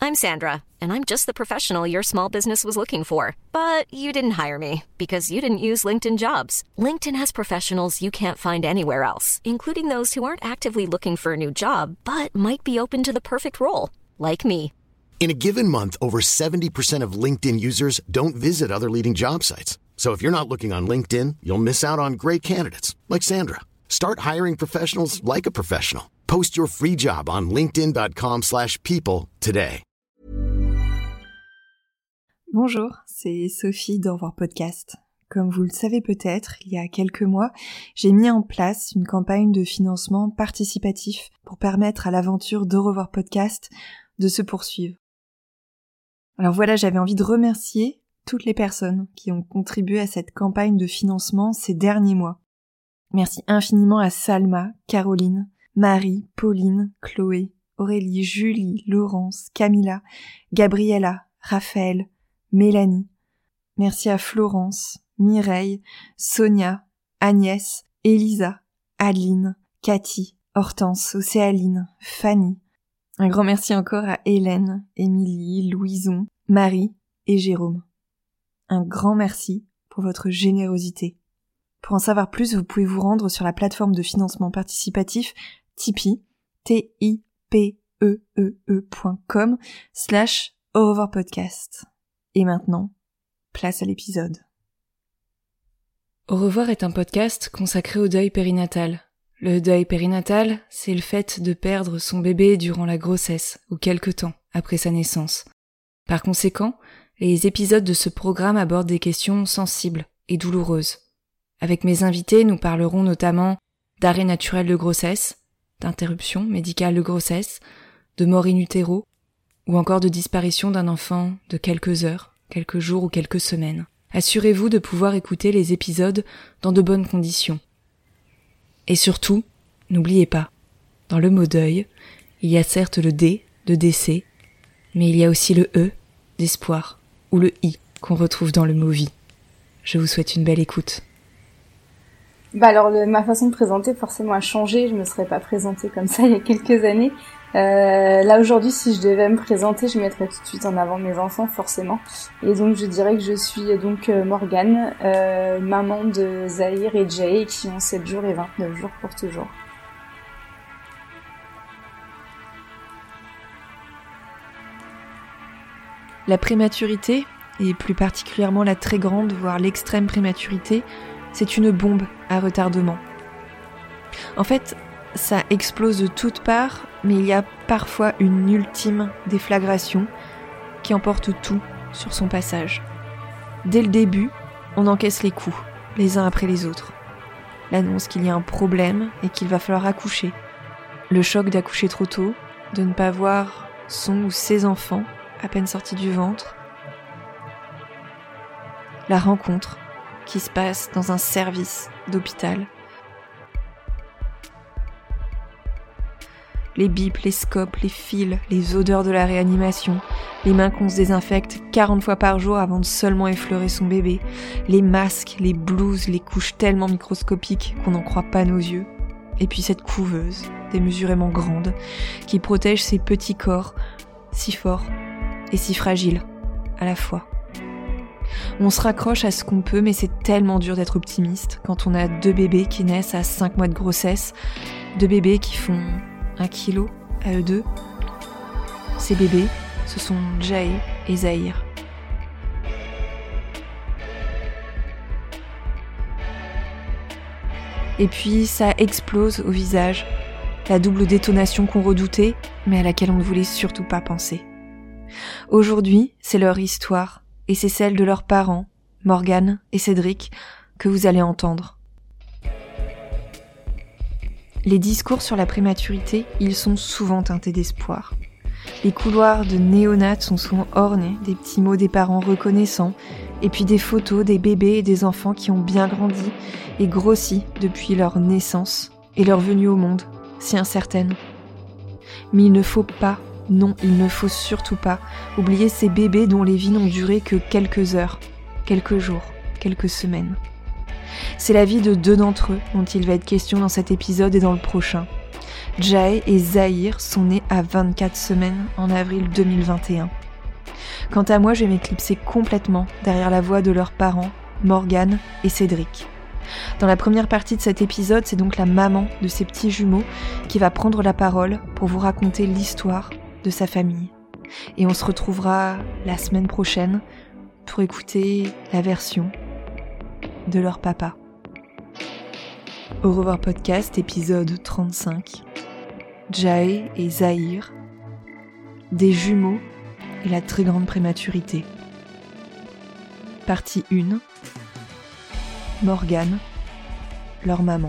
I'm Sandra, and I'm just the professional your small business was looking for. But you didn't hire me because you didn't use LinkedIn Jobs. LinkedIn has professionals you can't find anywhere else, including those who aren't actively looking for a new job, but might be open to the perfect role, like me. In a given month, over 70% of LinkedIn users don't visit other leading job sites. So if you're not looking on LinkedIn, you'll miss out on great candidates like Sandra. Start hiring professionals like a professional. Post your free job on linkedin.com/people today. Bonjour, c'est Sophie d'Au revoir podcast. Comme vous le savez peut-être, il y a quelques mois, j'ai mis en place une campagne de financement participatif pour permettre à l'aventure d'Au revoir podcast de se poursuivre. Alors voilà, j'avais envie de remercier toutes les personnes qui ont contribué à cette campagne de financement ces derniers mois. Merci infiniment à Salma, Caroline, Marie, Pauline, Chloé, Aurélie, Julie, Laurence, Camilla, Gabriella, Raphaël, Mélanie. Merci à Florence, Mireille, Sonia, Agnès, Elisa, Adeline, Cathy, Hortense, Océaline, Fanny. Un grand merci encore à Hélène, Émilie, Louison, Marie et Jérôme. Un grand merci pour votre générosité. Pour en savoir plus, vous pouvez vous rendre sur la plateforme de financement participatif Tipeee, tipeee.com/Au revoir podcast. Et maintenant, place à l'épisode. Au revoir est un podcast consacré au deuil périnatal. Le deuil périnatal, c'est le fait de perdre son bébé durant la grossesse ou quelque temps après sa naissance. Par conséquent, les épisodes de ce programme abordent des questions sensibles et douloureuses. Avec mes invités, nous parlerons notamment d'arrêt naturel de grossesse, d'interruption médicale de grossesse, de mort in utero, ou encore de disparition d'un enfant de quelques heures, quelques jours ou quelques semaines. Assurez-vous de pouvoir écouter les épisodes dans de bonnes conditions. Et surtout, n'oubliez pas, dans le mot deuil, il y a certes le D de décès, mais il y a aussi le E d'espoir, ou le I qu'on retrouve dans le mot vie. Je vous souhaite une belle écoute. Alors ma façon de présenter forcément a changé, je me serais pas présentée comme ça il y a quelques années. Là aujourd'hui, si je devais me présenter, je mettrais tout de suite en avant mes enfants forcément. Et donc je dirais que je suis donc Morgane, maman de Zahir et Jay qui ont 7 jours et 29 jours pour toujours. La prématurité, et plus particulièrement la très grande, voire l'extrême prématurité, c'est une bombe à retardement. En fait, ça explose de toutes parts, mais il y a parfois une ultime déflagration qui emporte tout sur son passage. Dès le début, on encaisse les coups, les uns après les autres. L'annonce qu'il y a un problème et qu'il va falloir accoucher. Le choc d'accoucher trop tôt, de ne pas voir son ou ses enfants à peine sortis du ventre. La rencontre qui se passe dans un service d'hôpital. Les bips, les scopes, les fils, les odeurs de la réanimation, les mains qu'on se désinfecte 40 fois par jour avant de seulement effleurer son bébé, les masques, les blouses, les couches tellement microscopiques qu'on n'en croit pas nos yeux, et puis cette couveuse, démesurément grande, qui protège ces petits corps, si forts et si fragiles à la fois. On se raccroche à ce qu'on peut, mais c'est tellement dur d'être optimiste quand on a 2 bébés qui naissent à 5 mois de grossesse, 2 bébés qui font 1 kilo à eux deux. Ces bébés, ce sont Jay et Zahir. Et puis ça explose au visage, la double détonation qu'on redoutait, mais à laquelle on ne voulait surtout pas penser. Aujourd'hui, c'est leur histoire, et c'est celle de leurs parents, Morgane et Cédric, que vous allez entendre. Les discours sur la prématurité, ils sont souvent teintés d'espoir. Les couloirs de néonates sont souvent ornés des petits mots des parents reconnaissants, et puis des photos des bébés et des enfants qui ont bien grandi et grossi depuis leur naissance et leur venue au monde, si incertaine. Mais il ne faut pas, non, il ne faut surtout pas oublier ces bébés dont les vies n'ont duré que quelques heures, quelques jours, quelques semaines. C'est la vie de 2 d'entre eux dont il va être question dans cet épisode et dans le prochain. Jae et Zahir sont nés à 24 semaines en avril 2021. Quant à moi, je vais m'éclipser complètement derrière la voix de leurs parents, Morgane et Cédric. Dans la première partie de cet épisode, c'est donc la maman de ces petits jumeaux qui va prendre la parole pour vous raconter l'histoire de sa famille. Et on se retrouvera la semaine prochaine pour écouter la version de leur papa. Au revoir podcast, épisode 35. Jae et Zahir, des jumeaux et la très grande prématurité. Partie 1. Morgane, leur maman.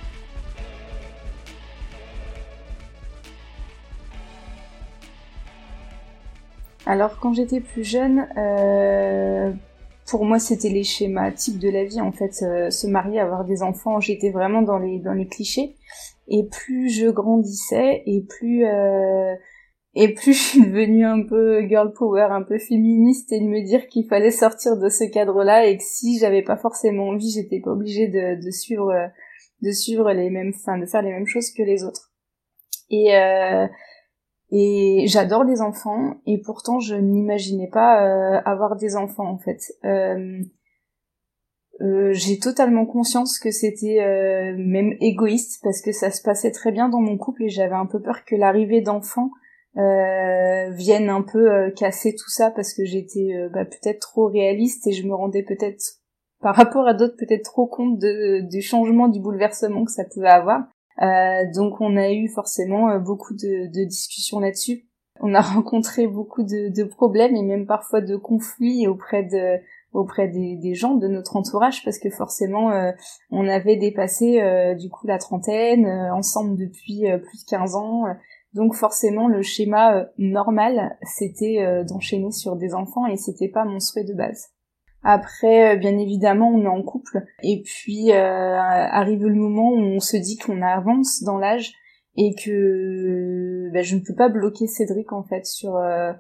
Alors quand j'étais plus jeune, pour moi c'était les schémas types de la vie en fait, se marier, avoir des enfants, j'étais vraiment dans les clichés. Et plus je grandissais et plus je suis devenue un peu girl power, un peu féministe, et de me dire qu'il fallait sortir de ce cadre-là et que si j'avais pas forcément envie, j'étais pas obligée de suivre les mêmes, enfin de faire les mêmes choses que les autres. Et j'adore les enfants et pourtant je n'imaginais pas avoir des enfants en fait. J'ai totalement conscience que c'était même égoïste parce que ça se passait très bien dans mon couple et j'avais un peu peur que l'arrivée d'enfants vienne un peu casser tout ça parce que j'étais peut-être trop réaliste et je me rendais peut-être par rapport à d'autres peut-être trop compte du changement, du bouleversement que ça pouvait avoir. Donc on a eu forcément beaucoup de discussions là-dessus. On a rencontré beaucoup de problèmes et même parfois de conflits auprès des gens de notre entourage parce que forcément on avait dépassé du coup la trentaine ensemble depuis plus de 15 ans. Donc forcément le schéma normal c'était d'enchaîner sur des enfants et c'était pas mon souhait de base. Après, bien évidemment, on est en couple, et puis arrive le moment où on se dit qu'on avance dans l'âge et que je ne peux pas bloquer Cédric en fait sur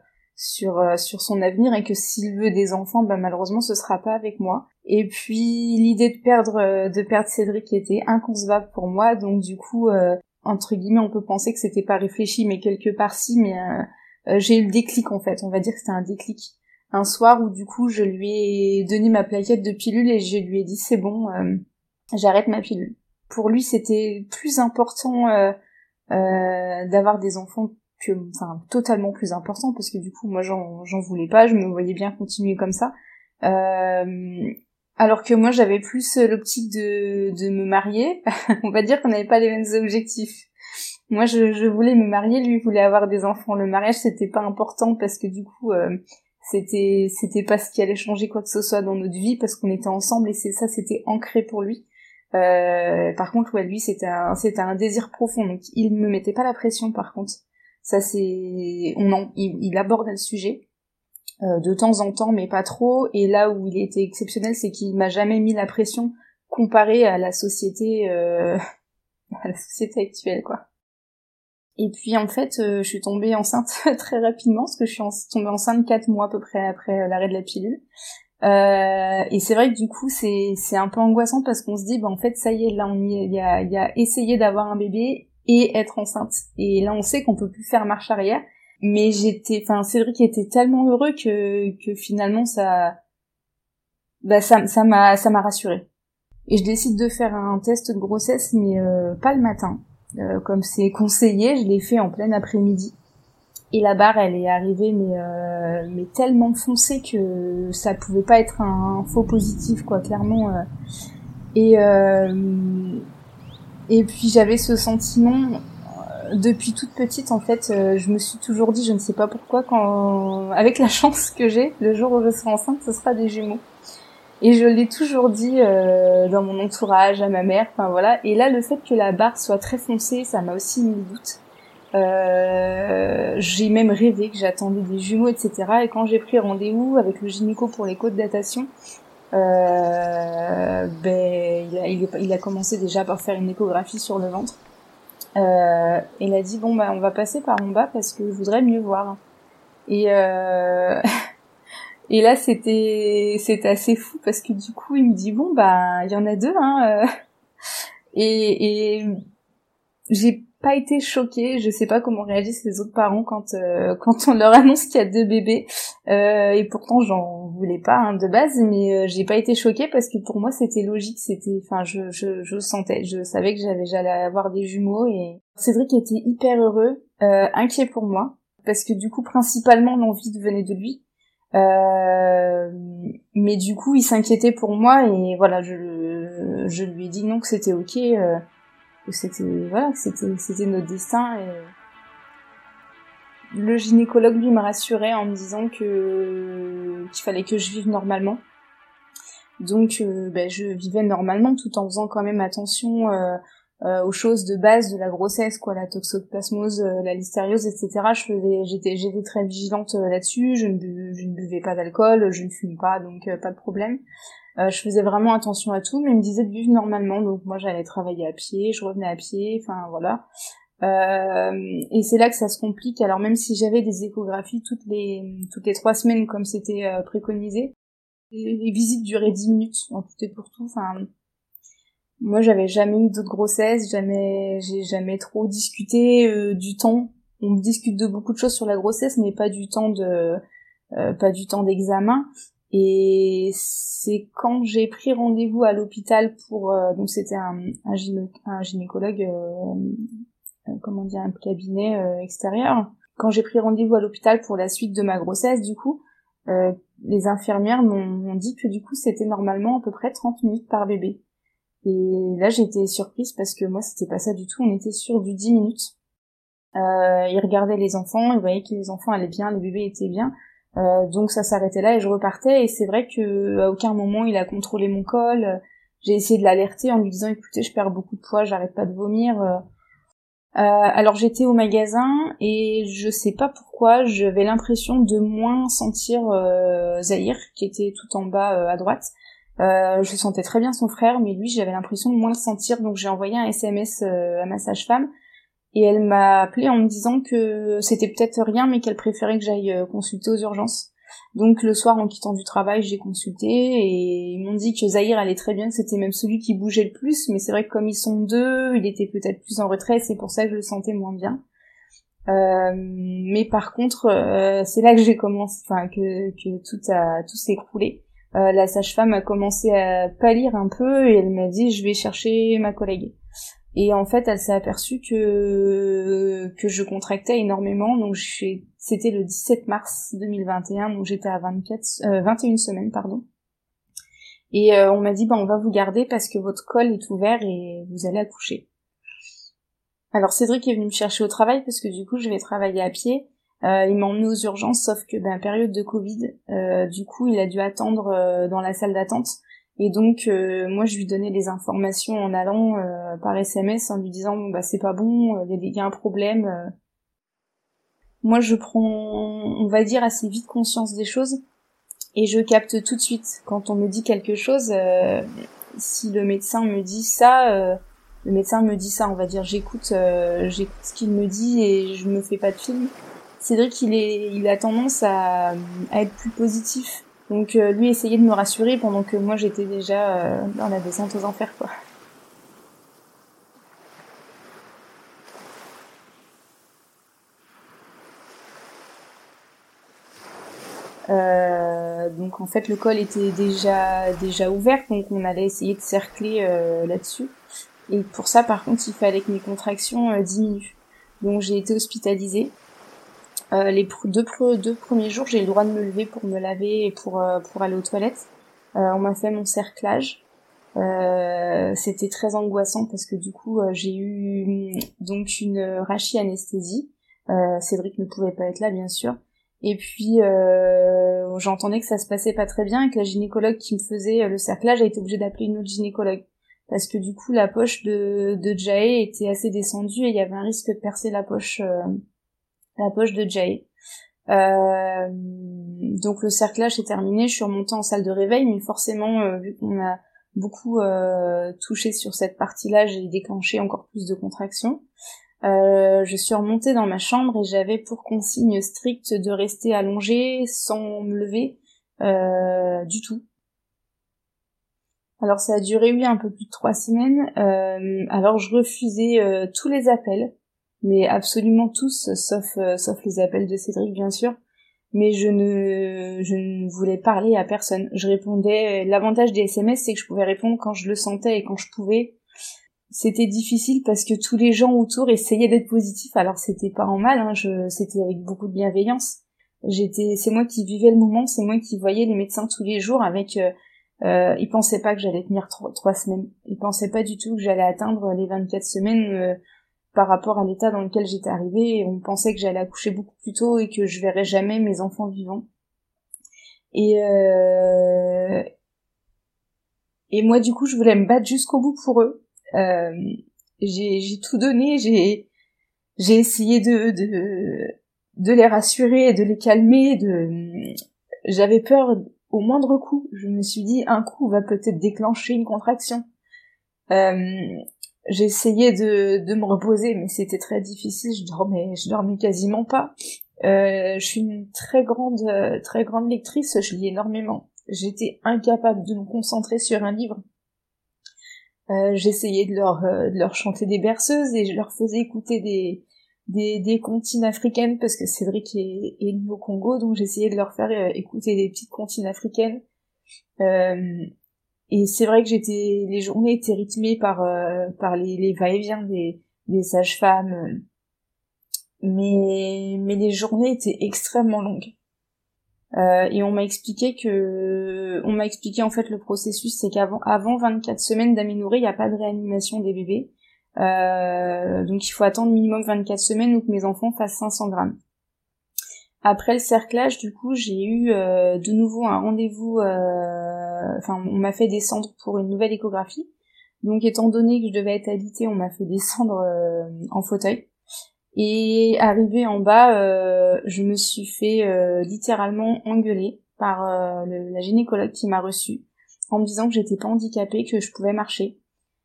son avenir et que s'il veut des enfants, malheureusement, ce sera pas avec moi. Et puis l'idée de perdre Cédric était inconcevable pour moi, donc du coup, entre guillemets, on peut penser que c'était pas réfléchi, mais quelque part si, mais j'ai eu le déclic en fait. On va dire que c'était un déclic. Un soir où du coup je lui ai donné ma plaquette de pilule et je lui ai dit c'est bon, j'arrête ma pilule. Pour lui c'était plus important d'avoir des enfants totalement plus important parce que du coup moi j'en voulais pas, je me voyais bien continuer comme ça. Alors que moi j'avais plus l'optique de me marier. On va dire qu'on n'avait pas les mêmes objectifs. Moi je voulais me marier, lui voulait avoir des enfants. Le mariage c'était pas important parce que du coup c'était pas ce qui allait changer quoi que ce soit dans notre vie parce qu'on était ensemble et c'était ancré pour lui. Par contre lui c'était un désir profond, donc il me mettait pas la pression. Par contre ça il aborde le sujet de temps en temps mais pas trop, et là où il était exceptionnel c'est qu'il m'a jamais mis la pression comparé à la société actuelle quoi. Et puis en fait, je suis tombée enceinte très rapidement, parce que je suis tombée enceinte 4 mois à peu près après l'arrêt de la pilule. Et c'est vrai que du coup, c'est un peu angoissant parce qu'on se dit, en fait, ça y est, là, il y a essayé d'avoir un bébé et être enceinte. Et là, on sait qu'on peut plus faire marche arrière. Mais Cédric était tellement heureux que finalement, ça m'a rassurée. Et je décide de faire un test de grossesse, mais pas le matin. Comme c'est conseillé, je l'ai fait en plein après-midi. Et la barre, elle est arrivée, mais tellement foncée que ça pouvait pas être un faux positif, quoi, clairement. Et puis j'avais ce sentiment, depuis toute petite, en fait, je me suis toujours dit, je ne sais pas pourquoi, avec la chance que j'ai, le jour où je serai enceinte, ce sera des jumeaux. Et je l'ai toujours dit dans mon entourage, à ma mère, enfin voilà. Et là, le fait que la barre soit très foncée, ça m'a aussi mis le doute. J'ai même rêvé que j'attendais des jumeaux, etc. Et quand j'ai pris rendez-vous avec le gynéco pour l'écho de datation, il a commencé déjà par faire une échographie sur le ventre. Il a dit on va passer par en bas parce que je voudrais mieux voir. Et là, c'était assez fou parce que du coup, il me dit il y en a deux, hein. Et j'ai pas été choquée. Je sais pas comment réagissent les autres parents quand on leur annonce qu'il y a 2 bébés. Et pourtant j'en voulais pas de base, mais j'ai pas été choquée parce que pour moi c'était logique. Je sentais, je savais que j'allais avoir des jumeaux. Et Cédric était hyper heureux, inquiet pour moi parce que du coup principalement l'envie venait de lui. Mais du coup il s'inquiétait pour moi et voilà, je lui ai dit non, que c'était ok, que c'était notre destin. Et le gynécologue lui me rassurait en me disant qu'il fallait que je vive normalement. Donc je vivais normalement tout en faisant quand même attention aux choses de base de la grossesse, quoi, la toxoplasmose, la listériose, etc. J'étais très vigilante là-dessus. Je ne buvais pas d'alcool, je ne fume pas, donc pas de problème. Je faisais vraiment attention à tout, mais il me disait de vivre normalement, donc moi j'allais travailler à pied, je revenais à pied, enfin voilà. Et c'est là que ça se complique. Alors même si j'avais des échographies toutes les 3 semaines comme c'était préconisé, les visites duraient 10 minutes en tout et pour tout. Enfin, moi j'avais jamais eu d'autres grossesses, j'ai jamais trop discuté du temps. On discute de beaucoup de choses sur la grossesse, mais pas du temps d'examen. Et c'est quand j'ai pris rendez-vous à l'hôpital pour donc c'était un gynécologue, un cabinet extérieur. Quand j'ai pris rendez-vous à l'hôpital pour la suite de ma grossesse, du coup, les infirmières m'ont dit que du coup c'était normalement à peu près 30 minutes par bébé. Et là j'ai été surprise parce que moi c'était pas ça du tout, on était sur du 10 minutes. Ils regardaient les enfants, ils voyaient que les enfants allaient bien, les bébés étaient bien. Donc ça s'arrêtait là et je repartais, et c'est vrai que à aucun moment il a contrôlé mon col. J'ai essayé de l'alerter en lui disant écoutez, je perds beaucoup de poids, j'arrête pas de vomir. Alors j'étais au magasin et je sais pas pourquoi j'avais l'impression de moins sentir Zahir qui était tout en bas à droite. Je sentais très bien son frère, mais lui j'avais l'impression de moins le sentir, donc j'ai envoyé un SMS à ma sage-femme. Et elle m'a appelée en me disant que c'était peut-être rien, mais qu'elle préférait que j'aille consulter aux urgences. Donc le soir, en quittant du travail, j'ai consulté et ils m'ont dit que Zahir allait très bien, que c'était même celui qui bougeait le plus, mais c'est vrai que comme ils sont 2, il était peut-être plus en retrait, c'est pour ça que je le sentais moins bien. Mais par contre, c'est là que j'ai commencé, que tout s'est écroulé. La sage-femme a commencé à pâlir un peu et elle m'a dit je vais chercher ma collègue. Et en fait, elle s'est aperçue que je contractais énormément, donc c'était le 17 mars 2021, donc j'étais à 21 semaines, pardon. Et on m'a dit, on va vous garder parce que votre col est ouvert et vous allez accoucher. Alors Cédric est venu me chercher au travail parce que du coup, je vais travailler à pied. Il m'a emmené aux urgences, sauf que, période de Covid, du coup, il a dû attendre dans la salle d'attente. Et donc moi je lui donnais les informations en allant par SMS en lui disant c'est pas bon, il y a un problème. Moi je prends, on va dire, assez vite conscience des choses et je capte tout de suite quand on me dit quelque chose. Si le médecin me dit ça, on va dire, j'écoute ce qu'il me dit et je me fais pas de film. Cédric il a tendance à être plus positif. Donc lui essayait de me rassurer pendant que moi j'étais déjà dans la descente aux enfers, quoi. Donc en fait le col était déjà ouvert, donc on allait essayer de cercler là-dessus. Et pour ça par contre il fallait que mes contractions diminuent. Donc j'ai été hospitalisée. Les deux premiers jours, j'ai eu le droit de me lever pour me laver et pour aller aux toilettes. On m'a fait mon cerclage. C'était très angoissant parce que du coup, j'ai eu donc une rachianesthésie. Cédric ne pouvait pas être là, bien sûr. Et puis, j'entendais que ça se passait pas très bien et que la gynécologue qui me faisait le cerclage a été obligée d'appeler une autre gynécologue. Parce que du coup, la poche de Jae était assez descendue et il y avait un risque de percer la poche de Jay. Donc le cerclage est terminé, je suis remontée en salle de réveil, mais forcément, vu qu'on a beaucoup touché sur cette partie-là, j'ai déclenché encore plus de contractions. Je suis remontée dans ma chambre et j'avais pour consigne stricte de rester allongée sans me lever du tout. Alors ça a duré, un peu plus de 3 semaines. Alors je refusais tous les appels. mais absolument tous, sauf les appels de Cédric bien sûr. Mais je ne voulais parler à personne. Je répondais. L'avantage des SMS, c'est que je pouvais répondre quand je le sentais et quand je pouvais. C'était difficile parce que tous les gens autour essayaient d'être positifs. Alors c'était pas en mal, c'était avec beaucoup de bienveillance. C'est moi qui vivais le moment, c'est moi qui voyais les médecins tous les jours avec. Ils pensaient pas que j'allais tenir 3 semaines. Ils pensaient pas du tout que j'allais atteindre les 24 semaines. Par rapport à l'état dans lequel j'étais arrivée, on pensait que j'allais accoucher beaucoup plus tôt et que je verrais jamais mes enfants vivants. Et moi, du coup, je voulais me battre jusqu'au bout pour eux. J'ai tout donné, j'ai essayé de les rassurer, de les calmer, j'avais peur au moindre coup. Je me suis dit, un coup va peut-être déclencher une contraction. J'ai essayé de me reposer, mais c'était très difficile. Je dormais quasiment pas. Je suis une très grande lectrice. Je lis énormément. J'étais incapable de me concentrer sur un livre. J'essayais de leur chanter des berceuses et je leur faisais écouter des comptines africaines parce que Cédric est né au Congo, donc j'essayais de leur faire écouter des petites comptines africaines. Et c'est vrai que les journées étaient rythmées par les va-et-vient des sages-femmes, mais les journées étaient extrêmement longues. Et on m'a expliqué en fait le processus, c'est qu'avant 24 semaines d'aménorrhée, il n'y a pas de réanimation des bébés. Donc il faut attendre minimum 24 semaines ou que mes enfants fassent 500 grammes. Après le cerclage, du coup, j'ai eu de nouveau un rendez-vous. On m'a fait descendre pour une nouvelle échographie. Donc, étant donné que je devais être alitée, on m'a fait descendre en fauteuil. Et arrivée en bas, je me suis fait littéralement engueuler par la gynécologue qui m'a reçue en me disant que j'étais pas handicapée, que je pouvais marcher.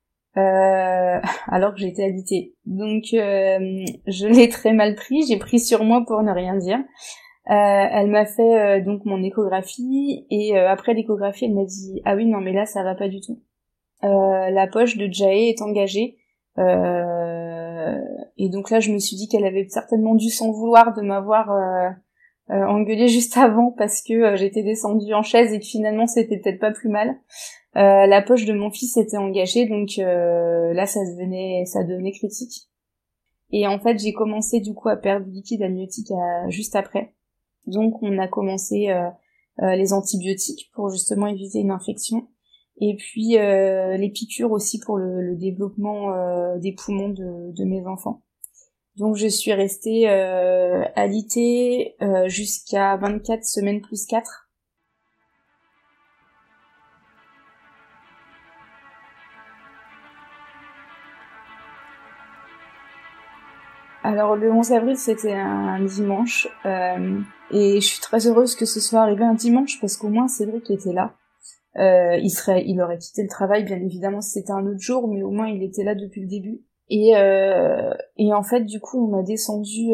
Alors que j'étais alitée. Donc je l'ai très mal pris, j'ai pris sur moi pour ne rien dire. Elle m'a fait donc mon échographie et après l'échographie elle m'a dit ah oui non mais là ça va pas du tout. La poche de Jae est engagée et donc là je me suis dit qu'elle avait certainement dû s'en vouloir de m'avoir engueulée juste avant parce que j'étais descendue en chaise et que finalement c'était peut-être pas plus mal. La poche de mon fils était engagée, donc là ça devenait critique. Et en fait j'ai commencé du coup à perdre du liquide amniotique juste après. Donc on a commencé les antibiotiques pour justement éviter une infection. Et puis les piqûres aussi pour le développement des poumons de mes enfants. Donc je suis restée alitée jusqu'à 24 semaines plus 4. Alors le 11 avril c'était un dimanche et je suis très heureuse que ce soit arrivé un dimanche parce qu'au moins Cédric était là. Il aurait quitté le travail bien évidemment si c'était un autre jour, mais au moins il était là depuis le début. Et en fait du coup on m'a descendu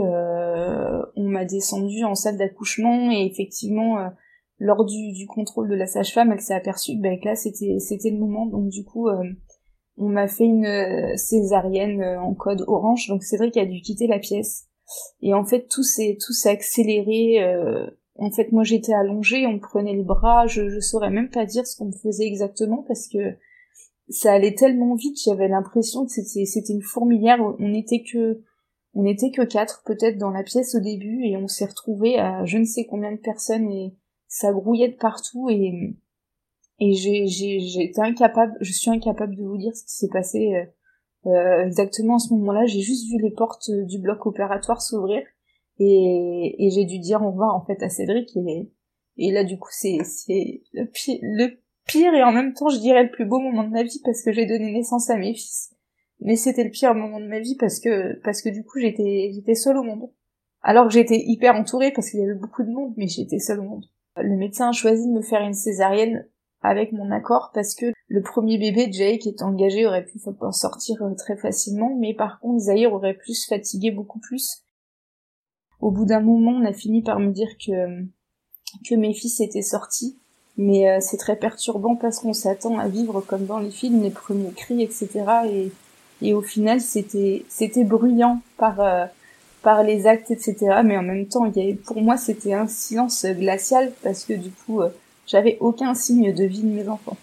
en salle d'accouchement et effectivement lors du contrôle de la sage-femme elle s'est aperçue que là c'était le moment, donc du coup on m'a fait une césarienne en code orange, donc Cédric a dû quitter la pièce. Et en fait, tout s'est accéléré. En fait, moi j'étais allongée, on me prenait le bras, je saurais même pas dire ce qu'on me faisait exactement parce que ça allait tellement vite, j'avais l'impression que c'était une fourmilière. On était que 4 peut-être dans la pièce au début et on s'est retrouvés à je ne sais combien de personnes et ça grouillait de partout et je suis incapable de vous dire ce qui s'est passé exactement à ce moment-là. J'ai juste vu les portes du bloc opératoire s'ouvrir et j'ai dû dire au revoir en fait à Cédric et là du coup c'est le pire et en même temps je dirais le plus beau moment de ma vie parce que j'ai donné naissance à mes fils. Mais c'était le pire moment de ma vie parce que du coup j'étais seule au monde. Alors que j'étais hyper entourée parce qu'il y avait beaucoup de monde, mais j'étais seule au monde. Le médecin a choisi de me faire une césarienne avec mon accord parce que le premier bébé, Jay, qui était engagé, aurait pu en sortir très facilement, mais par contre, Zahir aurait pu se fatiguer beaucoup plus. Au bout d'un moment, on a fini par me dire que mes fils étaient sortis, mais c'est très perturbant parce qu'on s'attend à vivre comme dans les films, les premiers cris, etc. Et au final, c'était bruyant par les actes, etc. Mais en même temps, pour moi, c'était un silence glacial parce que du coup, j'avais aucun signe de vie de mes enfants.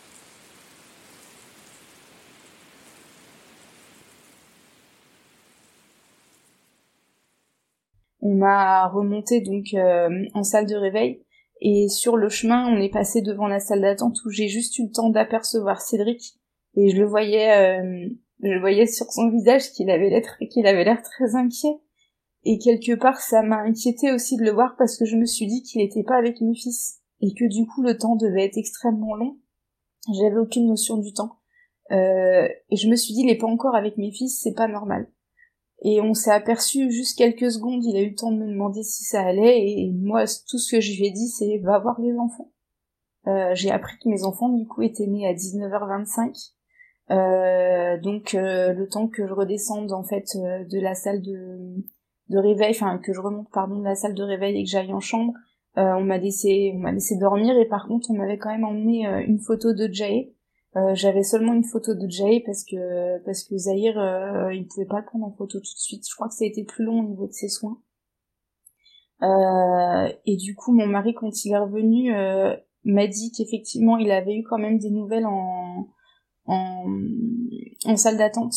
On m'a remonté donc en salle de réveil et sur le chemin, on est passé devant la salle d'attente où j'ai juste eu le temps d'apercevoir Cédric et je le voyais sur son visage qu'il avait l'air très inquiet. Et quelque part, ça m'a inquiété aussi de le voir parce que je me suis dit qu'il était pas avec mes fils et que du coup le temps devait être extrêmement long. J'avais aucune notion du temps et je me suis dit il est pas encore avec mes fils, c'est pas normal. Et on s'est aperçu juste quelques secondes, il a eu le temps de me demander si ça allait, et moi, tout ce que je lui ai dit, c'est « va voir les enfants ». J'ai appris que mes enfants, du coup, étaient nés à 19h25, donc le temps que je redescende, en fait, de la salle de réveil, enfin, que je remonte, de la salle de réveil et que j'aille en chambre, on m'a laissé dormir, et par contre, on m'avait quand même emmené une photo de Jae. J'avais seulement une photo de Jae parce que Zahir il pouvait pas le prendre en photo tout de suite. Je crois que ça a été plus long au niveau de ses soins. Et du coup mon mari quand il est revenu m'a dit qu'effectivement il avait eu quand même des nouvelles en salle d'attente.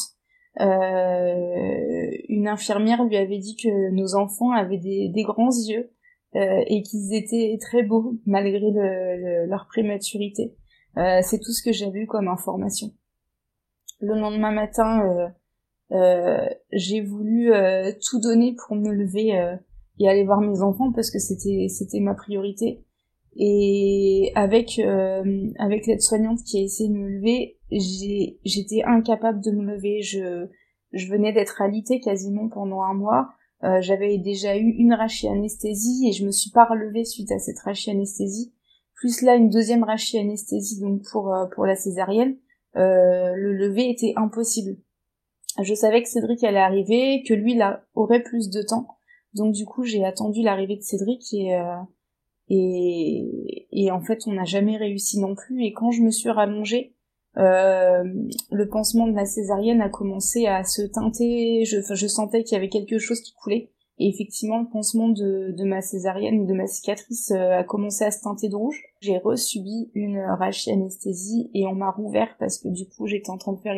Une infirmière lui avait dit que nos enfants avaient des grands yeux et qu'ils étaient très beaux malgré leur prématurité. C'est tout ce que j'avais eu comme information. Le lendemain matin, j'ai voulu tout donner pour me lever et aller voir mes enfants parce que c'était ma priorité. Et avec l'aide-soignante qui a essayé de me lever, j'étais incapable de me lever. Je venais d'être alitée quasiment pendant 1 mois. J'avais déjà eu une rachianesthésie et je me suis pas relevée suite à cette rachianesthésie. Plus là une deuxième rachianesthésie donc pour la césarienne, le lever était impossible. Je savais que Cédric allait arriver, que lui là aurait plus de temps, donc du coup j'ai attendu l'arrivée de Cédric et en fait on n'a jamais réussi non plus. Et quand je me suis rallongée, le pansement de la césarienne a commencé à se teinter, je sentais qu'il y avait quelque chose qui coulait. Et effectivement, le pansement de ma césarienne, de ma cicatrice, a commencé à se teinter de rouge. J'ai resubi une rachianesthésie et on m'a rouvert parce que du coup, j'étais en train de faire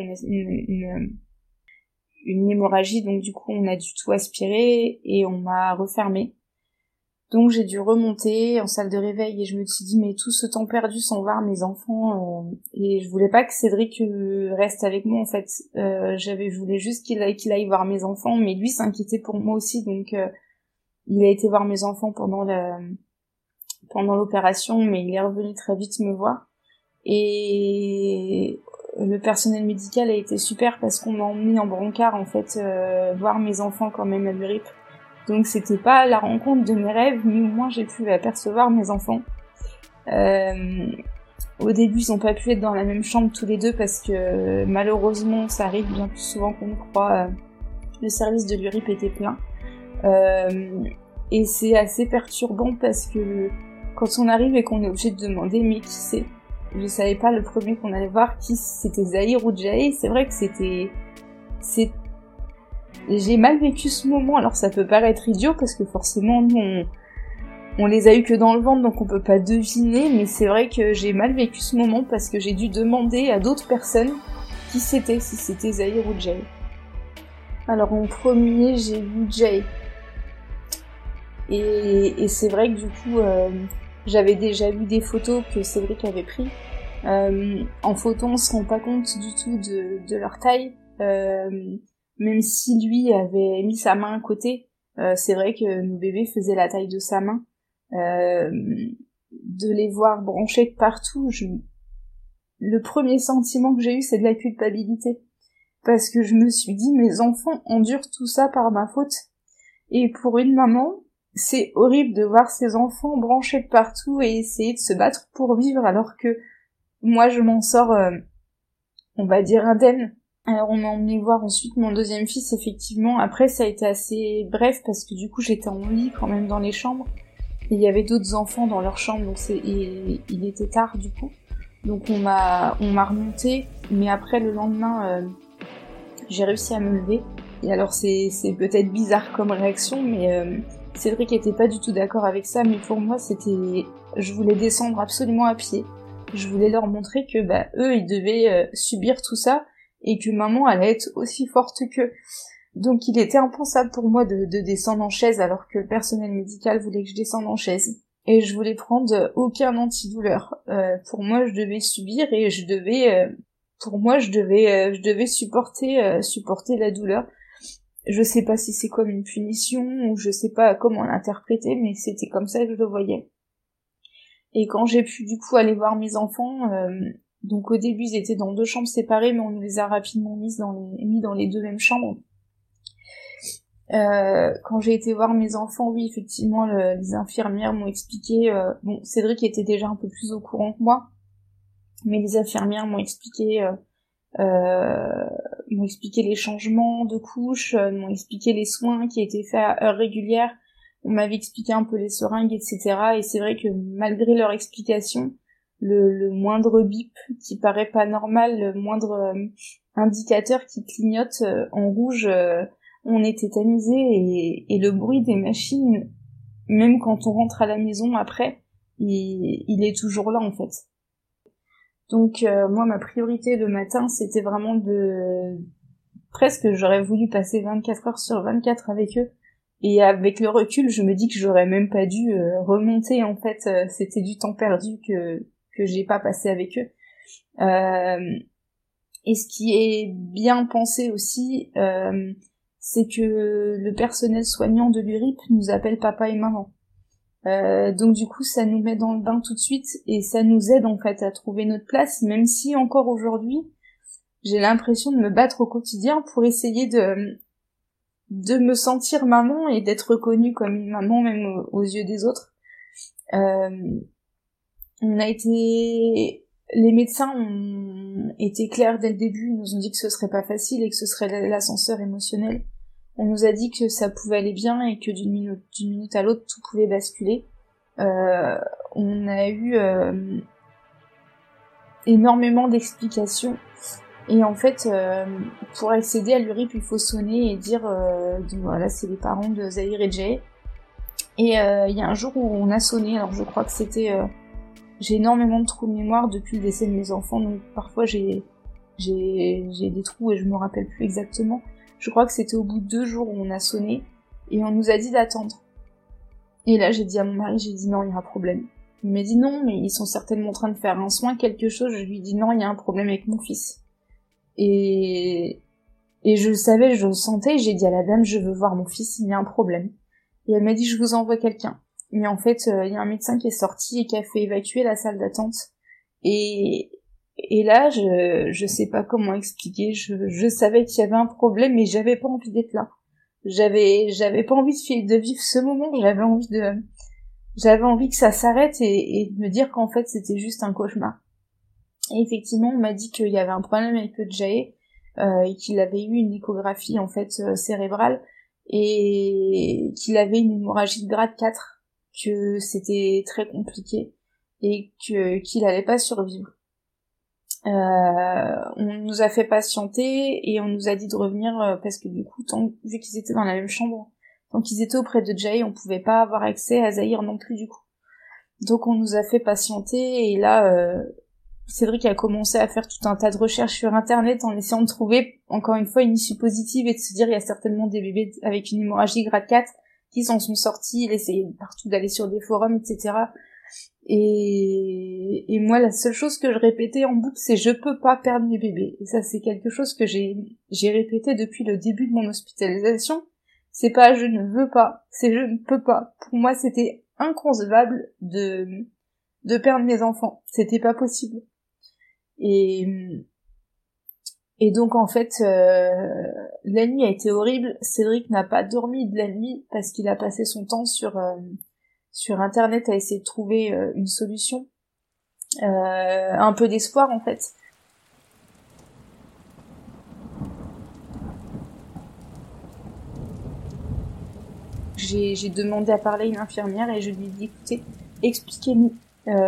une hémorragie. Donc du coup, on a dû tout aspirer et on m'a refermé. Donc j'ai dû remonter en salle de réveil et je me suis dit mais tout ce temps perdu sans voir mes enfants et je voulais pas que Cédric reste avec moi en fait. Je voulais juste qu'il aille voir mes enfants, mais lui s'inquiétait pour moi aussi, donc il a été voir mes enfants pendant l'opération, mais il est revenu très vite me voir. Et le personnel médical a été super parce qu'on m'a emmené en brancard en fait voir mes enfants quand même à l'URIP. Donc c'était pas la rencontre de mes rêves, mais au moins j'ai pu apercevoir mes enfants. Au début, ils ont pas pu être dans la même chambre tous les deux parce que malheureusement, ça arrive bien plus souvent qu'on le croit. Le service de l'URIP était plein. Et c'est assez perturbant parce que quand on arrive et qu'on est obligé de demander mais qui c'est, je savais pas le premier qu'on allait voir qui c'était, Zahir ou Jae. C'est vrai que j'ai mal vécu ce moment. Alors ça peut paraître idiot parce que forcément nous on les a eu que dans le ventre donc on peut pas deviner, mais c'est vrai que j'ai mal vécu ce moment parce que j'ai dû demander à d'autres personnes qui c'était, si c'était Zahir ou Jae. Alors en premier j'ai vu Jae et c'est vrai que du coup j'avais déjà vu des photos que Cédric avait pris. En photo on se rend pas compte du tout de leur taille. Même si lui avait mis sa main à côté, c'est vrai que nos bébés faisaient la taille de sa main. De les voir branchés de partout, le premier sentiment que j'ai eu, c'est de la culpabilité. Parce que je me suis dit, mes enfants endurent tout ça par ma faute. Et pour une maman, c'est horrible de voir ses enfants branchés de partout et essayer de se battre pour vivre, alors que moi, je m'en sors, on va dire, indemne. Alors on m'a emmené voir ensuite mon deuxième fils, effectivement. Après ça a été assez bref parce que du coup j'étais en lit quand même dans les chambres. Et il y avait d'autres enfants dans leur chambre, donc il était tard du coup. Donc on m'a remonté, mais après le lendemain, j'ai réussi à me lever. Et alors c'est peut-être bizarre comme réaction, mais Cédric était pas du tout d'accord avec ça, mais pour moi je voulais descendre absolument à pied. Je voulais leur montrer que eux ils devaient subir tout ça et que maman allait être aussi forte qu'eux. Donc il était impensable pour moi de descendre en chaise alors que le personnel médical voulait que je descende en chaise. Et je voulais prendre aucun antidouleur. Pour moi je devais subir et je devais supporter la douleur. Je sais pas si c'est comme une punition ou je sais pas comment l'interpréter, mais c'était comme ça que je le voyais. Et quand j'ai pu du coup aller voir mes enfants, donc au début ils étaient dans 2 chambres séparées, mais on nous les a rapidement mis dans les 2 mêmes chambres. Quand j'ai été voir mes enfants, oui effectivement les infirmières m'ont expliqué, Cédric était déjà un peu plus au courant que moi, mais les infirmières m'ont expliqué les changements de couches, m'ont expliqué les soins qui étaient faits à heures régulières, on m'avait expliqué un peu les seringues, etc. Et c'est vrai que malgré leur explication, le moindre bip qui paraît pas normal, le moindre indicateur qui clignote en rouge, on est tétanisé et le bruit des machines, même quand on rentre à la maison après, il est toujours là en fait. Donc moi ma priorité le matin c'était vraiment presque j'aurais voulu passer 24 heures sur 24 avec eux, et avec le recul je me dis que j'aurais même pas dû remonter en fait, c'était du temps perdu que j'ai pas passé avec eux. Et ce qui est bien pensé aussi, c'est que le personnel soignant de l'URIP nous appelle papa et maman. Donc du coup ça nous met dans le bain tout de suite et ça nous aide en fait à trouver notre place, même si encore aujourd'hui j'ai l'impression de me battre au quotidien pour essayer de me sentir maman et d'être reconnue comme une maman même aux yeux des autres. Les médecins ont été clairs dès le début, ils nous ont dit que ce serait pas facile et que ce serait l'ascenseur émotionnel. On nous a dit que ça pouvait aller bien et que d'une minute à l'autre, tout pouvait basculer. On a eu énormément d'explications. Et en fait, pour accéder à l'URIP, il faut sonner et dire voilà, c'est les parents de Zahir et Jay. Et il y a un jour où on a sonné, alors je crois que c'était... j'ai énormément de trous de mémoire depuis le décès de mes enfants, donc parfois j'ai des trous et je me rappelle plus exactement. Je crois que c'était au bout de 2 jours où on a sonné, et on nous a dit d'attendre. Et là, j'ai dit à mon mari, j'ai dit non, il y a un problème. Il m'a dit non, mais ils sont certainement en train de faire un soin, quelque chose. Je lui dis non, il y a un problème avec mon fils. Et je savais, je le sentais, j'ai dit à la dame, je veux voir mon fils, il y a un problème. Et elle m'a dit, je vous envoie quelqu'un. Mais en fait, il y a un médecin qui est sorti et qui a fait évacuer la salle d'attente. Et là, je sais pas comment expliquer, je savais qu'il y avait un problème, mais j'avais pas envie d'être là. J'avais pas envie de vivre ce moment, j'avais envie que ça s'arrête et de me dire qu'en fait c'était juste un cauchemar. Et effectivement, on m'a dit qu'il y avait un problème avec le Jay, et qu'il avait eu une échographie en fait cérébrale, et qu'il avait une hémorragie de grade 4, que c'était très compliqué, et qu'il allait pas survivre. On nous a fait patienter et on nous a dit de revenir parce que du coup, vu qu'ils étaient dans la même chambre, tant qu'ils étaient auprès de Jay, on pouvait pas avoir accès à Zahir non plus du coup. Donc on nous a fait patienter et là, Cédric a commencé à faire tout un tas de recherches sur internet en essayant de trouver encore une fois une issue positive et de se dire il y a certainement des bébés avec une hémorragie grade 4 qui s'en sont sortis, il essayait partout d'aller sur des forums, etc. Et moi, la seule chose que je répétais en boucle, c'est je peux pas perdre mes bébés. Et ça, c'est quelque chose que j'ai répété depuis le début de mon hospitalisation. C'est pas je ne veux pas, c'est je ne peux pas. Pour moi, c'était inconcevable de perdre mes enfants. C'était pas possible. Et donc, en fait, la nuit a été horrible. Cédric n'a pas dormi de la nuit parce qu'il a passé son temps sur internet à essayer de trouver une solution, un peu d'espoir en fait. J'ai demandé à parler à une infirmière et je lui ai dit écoutez, expliquez-nous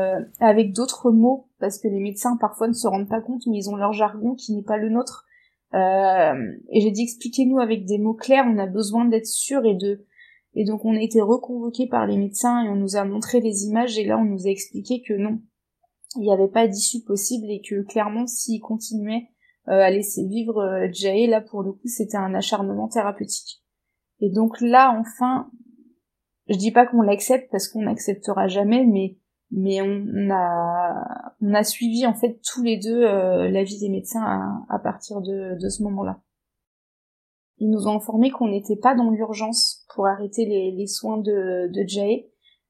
avec d'autres mots, parce que les médecins parfois ne se rendent pas compte mais ils ont leur jargon qui n'est pas le nôtre. Et j'ai dit expliquez-nous avec des mots clairs, on a besoin d'être sûr et donc on a été reconvoqués par les médecins et on nous a montré les images et là on nous a expliqué que non, il n'y avait pas d'issue possible et que clairement s'il continuait à laisser vivre Jay, là pour le coup c'était un acharnement thérapeutique. Et donc là enfin, je dis pas qu'on l'accepte parce qu'on n'acceptera jamais, mais on a suivi en fait tous les deux l'avis des médecins à partir de ce moment-là. Ils nous ont informé qu'on n'était pas dans l'urgence pour arrêter les soins de Jay.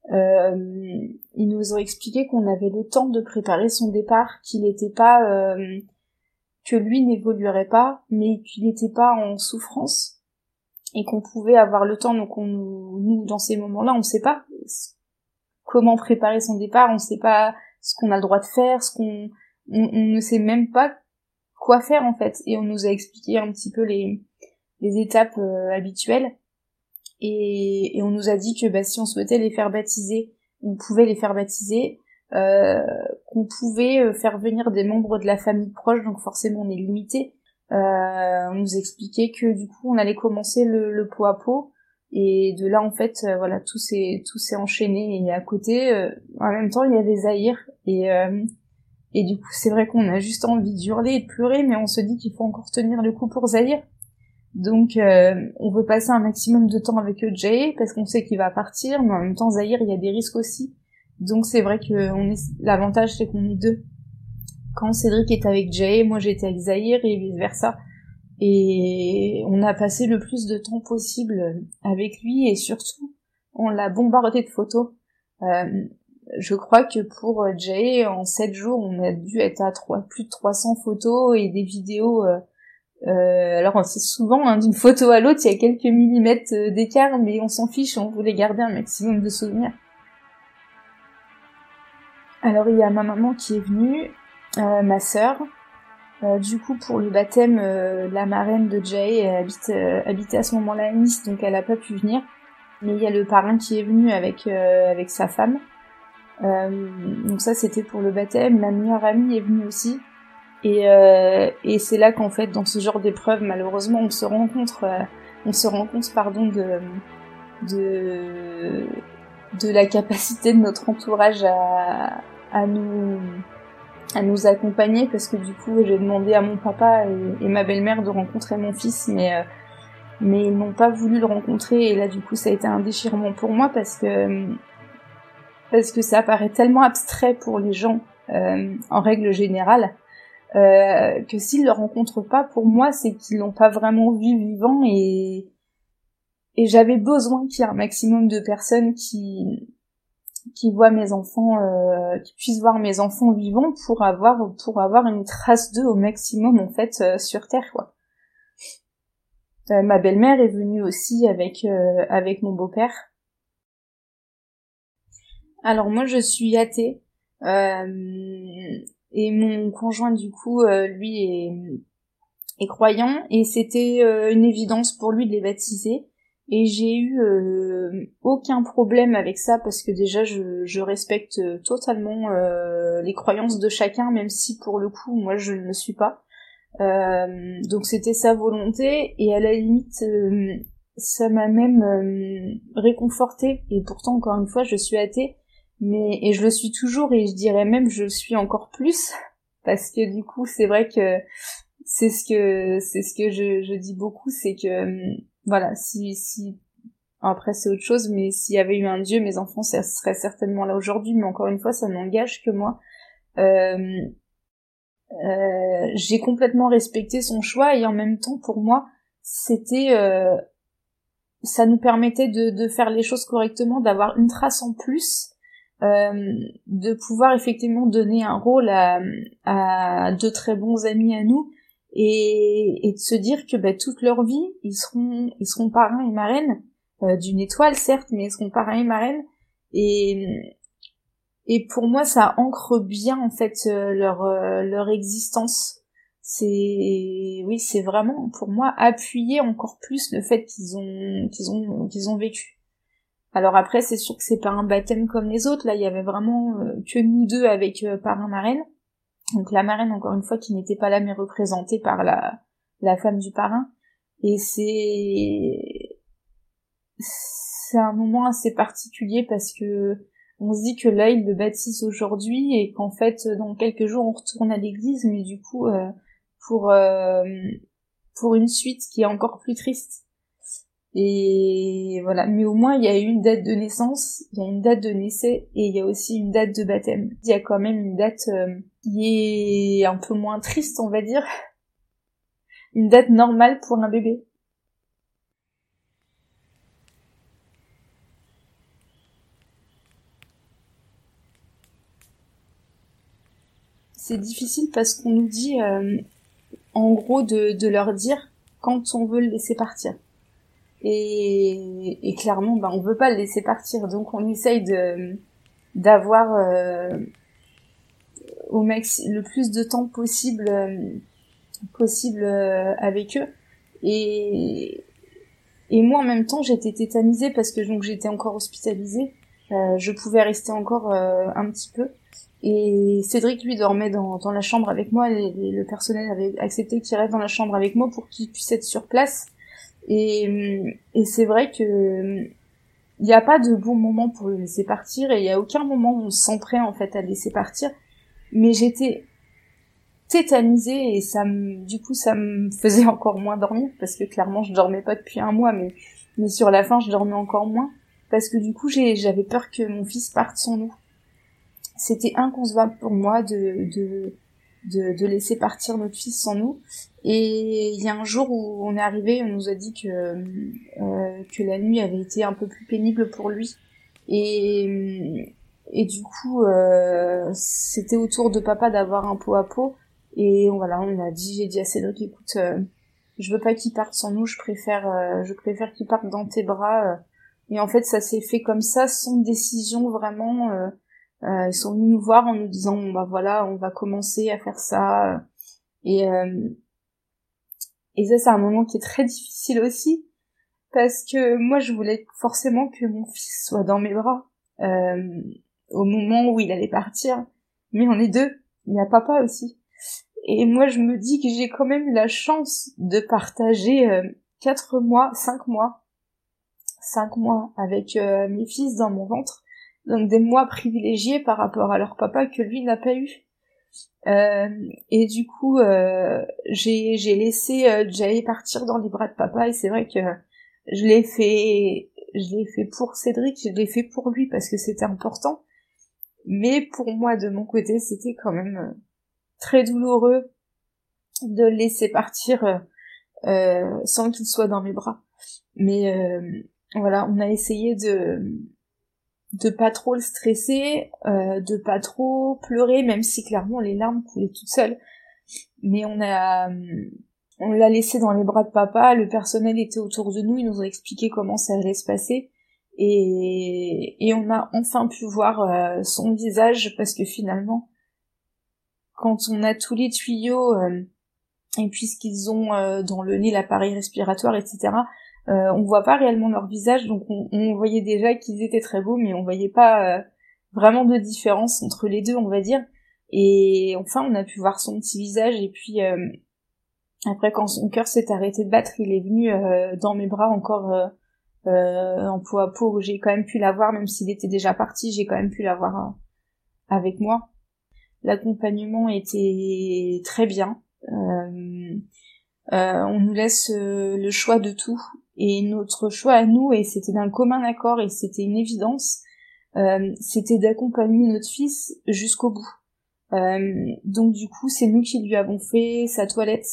Ils nous ont expliqué qu'on avait le temps de préparer son départ, qu'il n'était pas que lui n'évoluerait pas, mais qu'il n'était pas en souffrance et qu'on pouvait avoir le temps. Donc nous dans ces moments-là, on ne sait pas comment préparer son départ, on ne sait pas ce qu'on a le droit de faire, on ne sait même pas quoi faire en fait. Et on nous a expliqué un petit peu les étapes habituelles. Et on nous a dit que si on souhaitait les faire baptiser, on pouvait les faire baptiser, qu'on pouvait faire venir des membres de la famille proche, donc forcément on est limité. On nous expliquait que du coup on allait commencer le pot à pot, et de là en fait tout s'est enchaîné. Et à côté en même temps il y avait Zahir, et du coup c'est vrai qu'on a juste envie d'hurler et de pleurer, mais on se dit qu'il faut encore tenir le coup pour Zahir. Donc on veut passer un maximum de temps avec Jay parce qu'on sait qu'il va partir, mais en même temps Zahir il y a des risques aussi. Donc c'est vrai que l'avantage c'est qu'on est deux. Quand Cédric est avec Jay, moi j'étais avec Zahir et vice versa. Et on a passé le plus de temps possible avec lui et surtout on l'a bombardé de photos. Je crois que pour Jay en 7 jours on a dû être à plus de 300 photos et des vidéos. Alors c'est souvent d'une photo à l'autre il y a quelques millimètres d'écart, mais on s'en fiche, on voulait garder un maximum de souvenirs. Alors il y a ma maman qui est venue, ma sœur. Du coup pour le baptême, la marraine de Jay habitait à ce moment-là à Nice, donc elle a pas pu venir. Mais il y a le parrain qui est venu avec sa femme. Donc ça c'était pour le baptême. Ma meilleure amie est venue aussi. Et c'est là qu'en fait dans ce genre d'épreuve malheureusement on se rend compte de la capacité de notre entourage à nous accompagner, parce que du coup j'ai demandé à mon papa et ma belle-mère de rencontrer mon fils, mais ils n'ont pas voulu le rencontrer, et là du coup ça a été un déchirement pour moi parce que ça paraît tellement abstrait pour les gens en règle générale. Que s'ils le rencontrent pas, pour moi c'est qu'ils l'ont pas vraiment vu vivant, et j'avais besoin qu'il y ait un maximum de personnes qui voient mes enfants, qui puissent voir mes enfants vivants pour avoir une trace d'eux au maximum en fait sur Terre quoi. Ma belle-mère est venue aussi avec mon beau-père. Alors moi je suis athée. Et mon conjoint du coup lui est croyant, et c'était une évidence pour lui de les baptiser, et j'ai eu aucun problème avec ça parce que déjà je respecte totalement les croyances de chacun, même si pour le coup moi je ne le suis pas. Donc c'était sa volonté, et à la limite ça m'a même réconfortée, et pourtant encore une fois je suis athée. Et je le suis toujours, et je dirais même je le suis encore plus, parce que du coup c'est vrai que c'est ce que je dis beaucoup, c'est que voilà, si après c'est autre chose, mais s'il y avait eu un Dieu, mes enfants ça serait certainement là aujourd'hui, mais encore une fois ça n'engage que moi. J'ai complètement respecté son choix, et en même temps pour moi c'était ça nous permettait de faire les choses correctement, d'avoir une trace en plus. De pouvoir effectivement donner un rôle à deux très bons amis à nous, et de se dire que toute leur vie ils seront parrains et marraines d'une étoile certes, mais ils seront parrains et marraines, et pour moi ça ancre bien en fait leur existence. C'est vraiment pour moi appuyer encore plus le fait qu'ils ont vécu. Alors après, c'est sûr que c'est pas un baptême comme les autres. Là, il y avait vraiment que nous deux avec parrain marraine. Donc la marraine, encore une fois, qui n'était pas là, mais représentée par la la femme du parrain. Et c'est un moment assez particulier parce que on se dit que là ils le baptisent aujourd'hui et qu'en fait dans quelques jours on retourne à l'église, mais du coup pour une suite qui est encore plus triste. Et voilà, mais au moins il y a eu une date de naissance, il y a une date de naissance et il y a aussi une date de baptême. Il y a quand même une date qui est un peu moins triste, on va dire. Une date normale pour un bébé. C'est difficile parce qu'on nous dit en gros de leur dire quand on veut le laisser partir. Et clairement, on veut pas le laisser partir, donc on essaye d'avoir le plus de temps possible avec eux. Et moi en même temps, j'étais tétanisée parce que donc j'étais encore hospitalisée. Je pouvais rester encore un petit peu. Et Cédric, lui, dormait dans la chambre avec moi. Le personnel avait accepté qu'il reste dans la chambre avec moi pour qu'il puisse être sur place. Et c'est vrai que il n'y a pas de bon moment pour le laisser partir et il n'y a aucun moment où on se sent prêt en fait à le laisser partir. Mais j'étais tétanisée et du coup ça me faisait encore moins dormir parce que clairement je dormais pas depuis un mois, mais sur la fin je dormais encore moins parce que du coup j'avais peur que mon fils parte sans nous. C'était inconcevable pour moi de laisser partir notre fils sans nous. Et il y a un jour où on est arrivé, on nous a dit que la nuit avait été un peu plus pénible pour lui. Et du coup, c'était au tour de papa d'avoir un pot à pot. Et j'ai dit à Cédric, écoute, je veux pas qu'il parte sans nous, je préfère qu'il parte dans tes bras. Et en fait, ça s'est fait comme ça, sans décision vraiment. Ils sont venus nous voir en nous disant voilà, on va commencer à faire ça. Et ça, c'est un moment qui est très difficile aussi, parce que moi, je voulais forcément que mon fils soit dans mes bras au moment où il allait partir. Mais on est deux, il y a papa aussi. Et moi, je me dis que j'ai quand même eu la chance de partager 5 mois avec mes fils dans mon ventre. Donc des mois privilégiés par rapport à leur papa que lui n'a pas eu. Et du coup, j'ai laissé Jay partir dans les bras de papa, et c'est vrai que je l'ai fait pour Cédric, je l'ai fait pour lui parce que c'était important. Mais pour moi, de mon côté, c'était quand même très douloureux de le laisser partir sans qu'il soit dans mes bras. Mais voilà, on a essayé de pas trop le stresser, de pas trop pleurer, même si clairement les larmes coulaient toutes seules. Mais on l'a laissé dans les bras de papa, le personnel était autour de nous, ils nous ont expliqué comment ça allait se passer, et on a enfin pu voir son visage, parce que finalement, quand on a tous les tuyaux, et puisqu'ils ont dans le nez l'appareil respiratoire, etc., on voit pas réellement leur visage, donc on voyait déjà qu'ils étaient très beaux, mais on voyait pas vraiment de différence entre les deux, on va dire. Et enfin, on a pu voir son petit visage, et puis après, quand son cœur s'est arrêté de battre, il est venu dans mes bras encore en peau à peau, où j'ai quand même pu l'avoir, même s'il était déjà parti, j'ai quand même pu l'avoir avec moi. L'accompagnement était très bien. On nous laisse le choix de tout, et notre choix à nous, et c'était d'un commun accord et c'était une évidence, c'était d'accompagner notre fils jusqu'au bout. Donc du coup, c'est nous qui lui avons fait sa toilette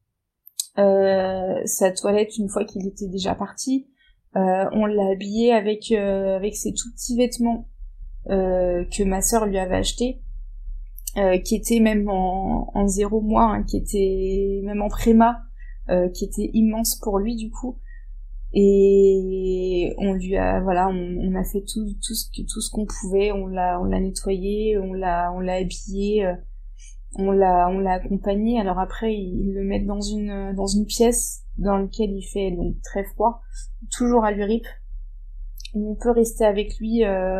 une fois qu'il était déjà parti. On l'a habillé avec ses tout petits vêtements que ma sœur lui avait achetés, qui étaient même en 0 mois, hein, qui étaient même en préma, qui étaient immenses pour lui du coup. Et on lui a on a fait tout ce qu'on pouvait, on l'a nettoyé, on l'a habillé, on l'a accompagné. Alors après ils le mettent dans une pièce dans laquelle il fait donc très froid, toujours à l'URIP. On peut rester avec lui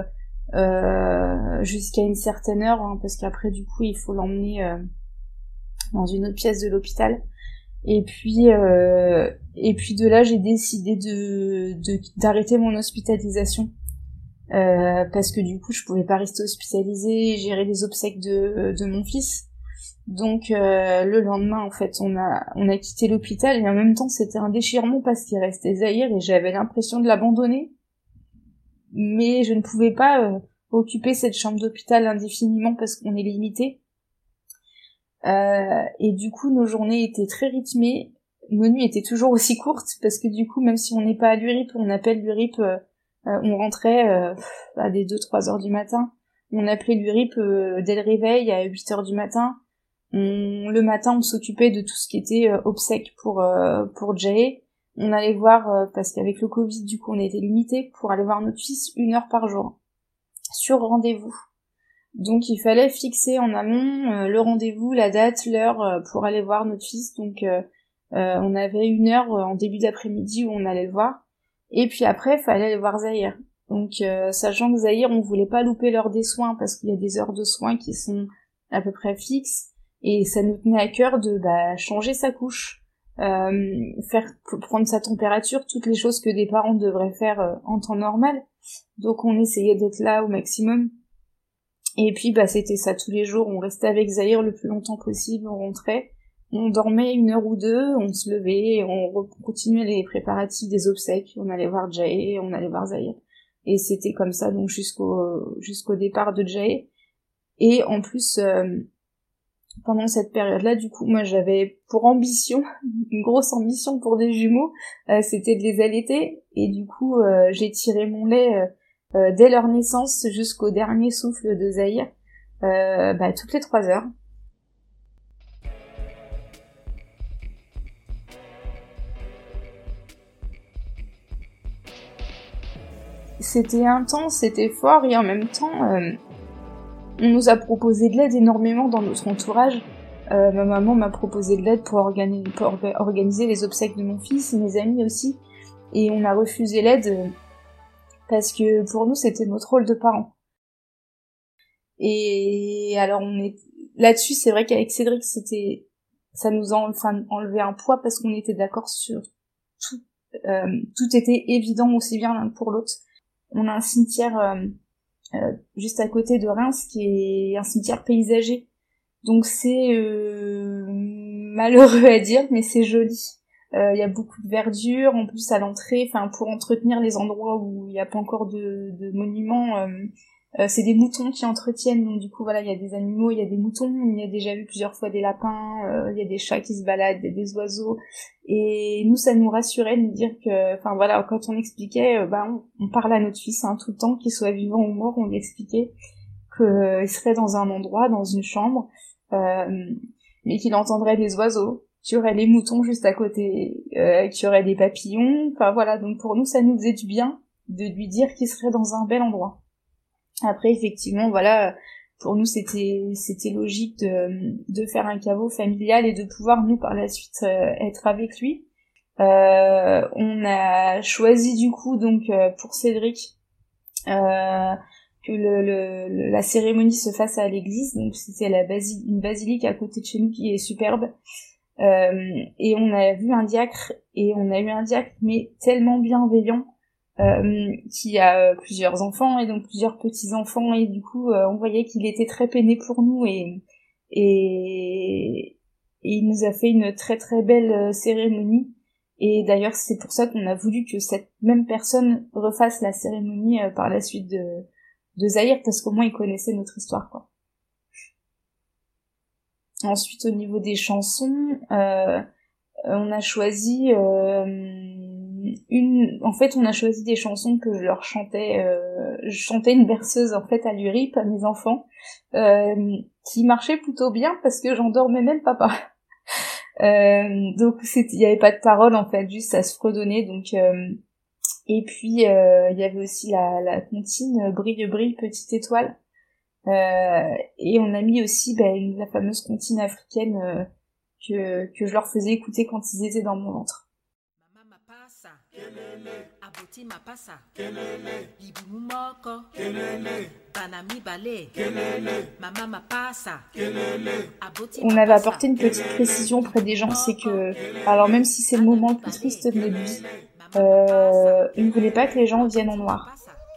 jusqu'à une certaine heure, hein, parce qu'après du coup il faut l'emmener dans une autre pièce de l'hôpital. Et puis de là, j'ai décidé d'arrêter mon hospitalisation. Parce que du coup, je pouvais pas rester hospitalisée et gérer les obsèques de mon fils. Donc le lendemain, en fait, on a quitté l'hôpital et en même temps, c'était un déchirement parce qu'il restait Zahir et j'avais l'impression de l'abandonner. Mais je ne pouvais pas occuper cette chambre d'hôpital indéfiniment parce qu'on est limité. Et du coup, nos journées étaient très rythmées. Nos nuits étaient toujours aussi courtes parce que du coup, même si on n'est pas à l'URIP, on appelle l'URIP, on rentrait à des 2-3 heures du matin. On appelait l'URIP dès le réveil à 8 heures du matin. Le matin, on s'occupait de tout ce qui était obsèques pour Jay. On allait voir, parce qu'avec le Covid, du coup, on était limité pour aller voir notre fils 1 heure par jour, sur rendez-vous. Donc, il fallait fixer en amont le rendez-vous, la date, l'heure pour aller voir notre fils. Donc, on avait 1 heure en début d'après-midi où on allait le voir. Et puis après, il fallait aller voir Zahir. Donc, sachant que Zahir, on voulait pas louper l'heure des soins parce qu'il y a des heures de soins qui sont à peu près fixes. Et ça nous tenait à cœur de changer sa couche, prendre sa température, toutes les choses que des parents devraient faire en temps normal. Donc on essayait d'être là au maximum. Et puis c'était ça tous les jours, on restait avec Zahir le plus longtemps possible, on rentrait, on dormait 1 heure ou 2, on se levait, on continuait les préparatifs des obsèques, on allait voir Jay, on allait voir Zahir. Et c'était comme ça donc jusqu'au départ de Jay. Et en plus pendant cette période-là, du coup, moi j'avais pour ambition, une grosse ambition pour des jumeaux, c'était de les allaiter, et du coup j'ai tiré mon lait dès leur naissance jusqu'au dernier souffle de Zahir, toutes les 3 heures. C'était intense, c'était fort, et en même temps... on nous a proposé de l'aide énormément dans notre entourage. Ma maman m'a proposé de l'aide pour organiser les obsèques de mon fils, et mes amis aussi. Et on a refusé l'aide parce que pour nous, c'était notre rôle de parents. Et alors, là-dessus, c'est vrai qu'avec Cédric, ça nous a enlevé un poids parce qu'on était d'accord sur tout. Tout était évident aussi bien l'un pour l'autre. On a un cimetière... juste à côté de Reims, qui est un cimetière paysager. Donc c'est malheureux à dire, mais c'est joli. Il y a beaucoup de verdure, en plus à l'entrée, pour entretenir les endroits où il n'y a pas encore de monuments, c'est des moutons qui entretiennent, donc du coup voilà, il y a des animaux, il y a des moutons, il y a déjà vu plusieurs fois des lapins, il y a des chats qui se baladent, il y a des oiseaux, et nous ça nous rassurait de nous dire que, quand on expliquait, on parle à notre fils tout le temps, qu'il soit vivant ou mort, on lui expliquait qu'il serait dans un endroit, dans une chambre, mais qu'il entendrait des oiseaux, qu'il y aurait les moutons juste à côté, qu'il y aurait des papillons, donc pour nous ça nous faisait du bien de lui dire qu'il serait dans un bel endroit. Après, effectivement, pour nous, c'était logique de faire un caveau familial et de pouvoir, nous, par la suite, être avec lui. On a choisi, du coup, donc, pour Cédric, que la cérémonie se fasse à l'église. Donc, c'était une basilique à côté de chez nous qui est superbe. Et on a vu un diacre, et on a eu un diacre, mais tellement bienveillant, qui a plusieurs enfants et donc plusieurs petits-enfants, et du coup on voyait qu'il était très peiné pour nous, et il nous a fait une très très belle cérémonie, et d'ailleurs c'est pour ça qu'on a voulu que cette même personne refasse la cérémonie par la suite de Zahir, parce qu'au moins il connaissait notre histoire, quoi. Ensuite, au niveau des chansons, on a choisi on a choisi des chansons que je leur chantais. Je chantais une berceuse en fait à l'URIP à mes enfants, qui marchait plutôt bien parce que j'endormais même papa. Donc il y avait pas de paroles en fait, juste ça se fredonnait. Donc et puis il y avait aussi la comptine Brille brille petite étoile. Et on a mis aussi la fameuse comptine africaine que je leur faisais écouter quand ils étaient dans mon ventre. On avait apporté une petite précision auprès des gens, c'est que, alors même si c'est le moment le plus triste de notre vie, il ne voulait pas que les gens viennent en noir.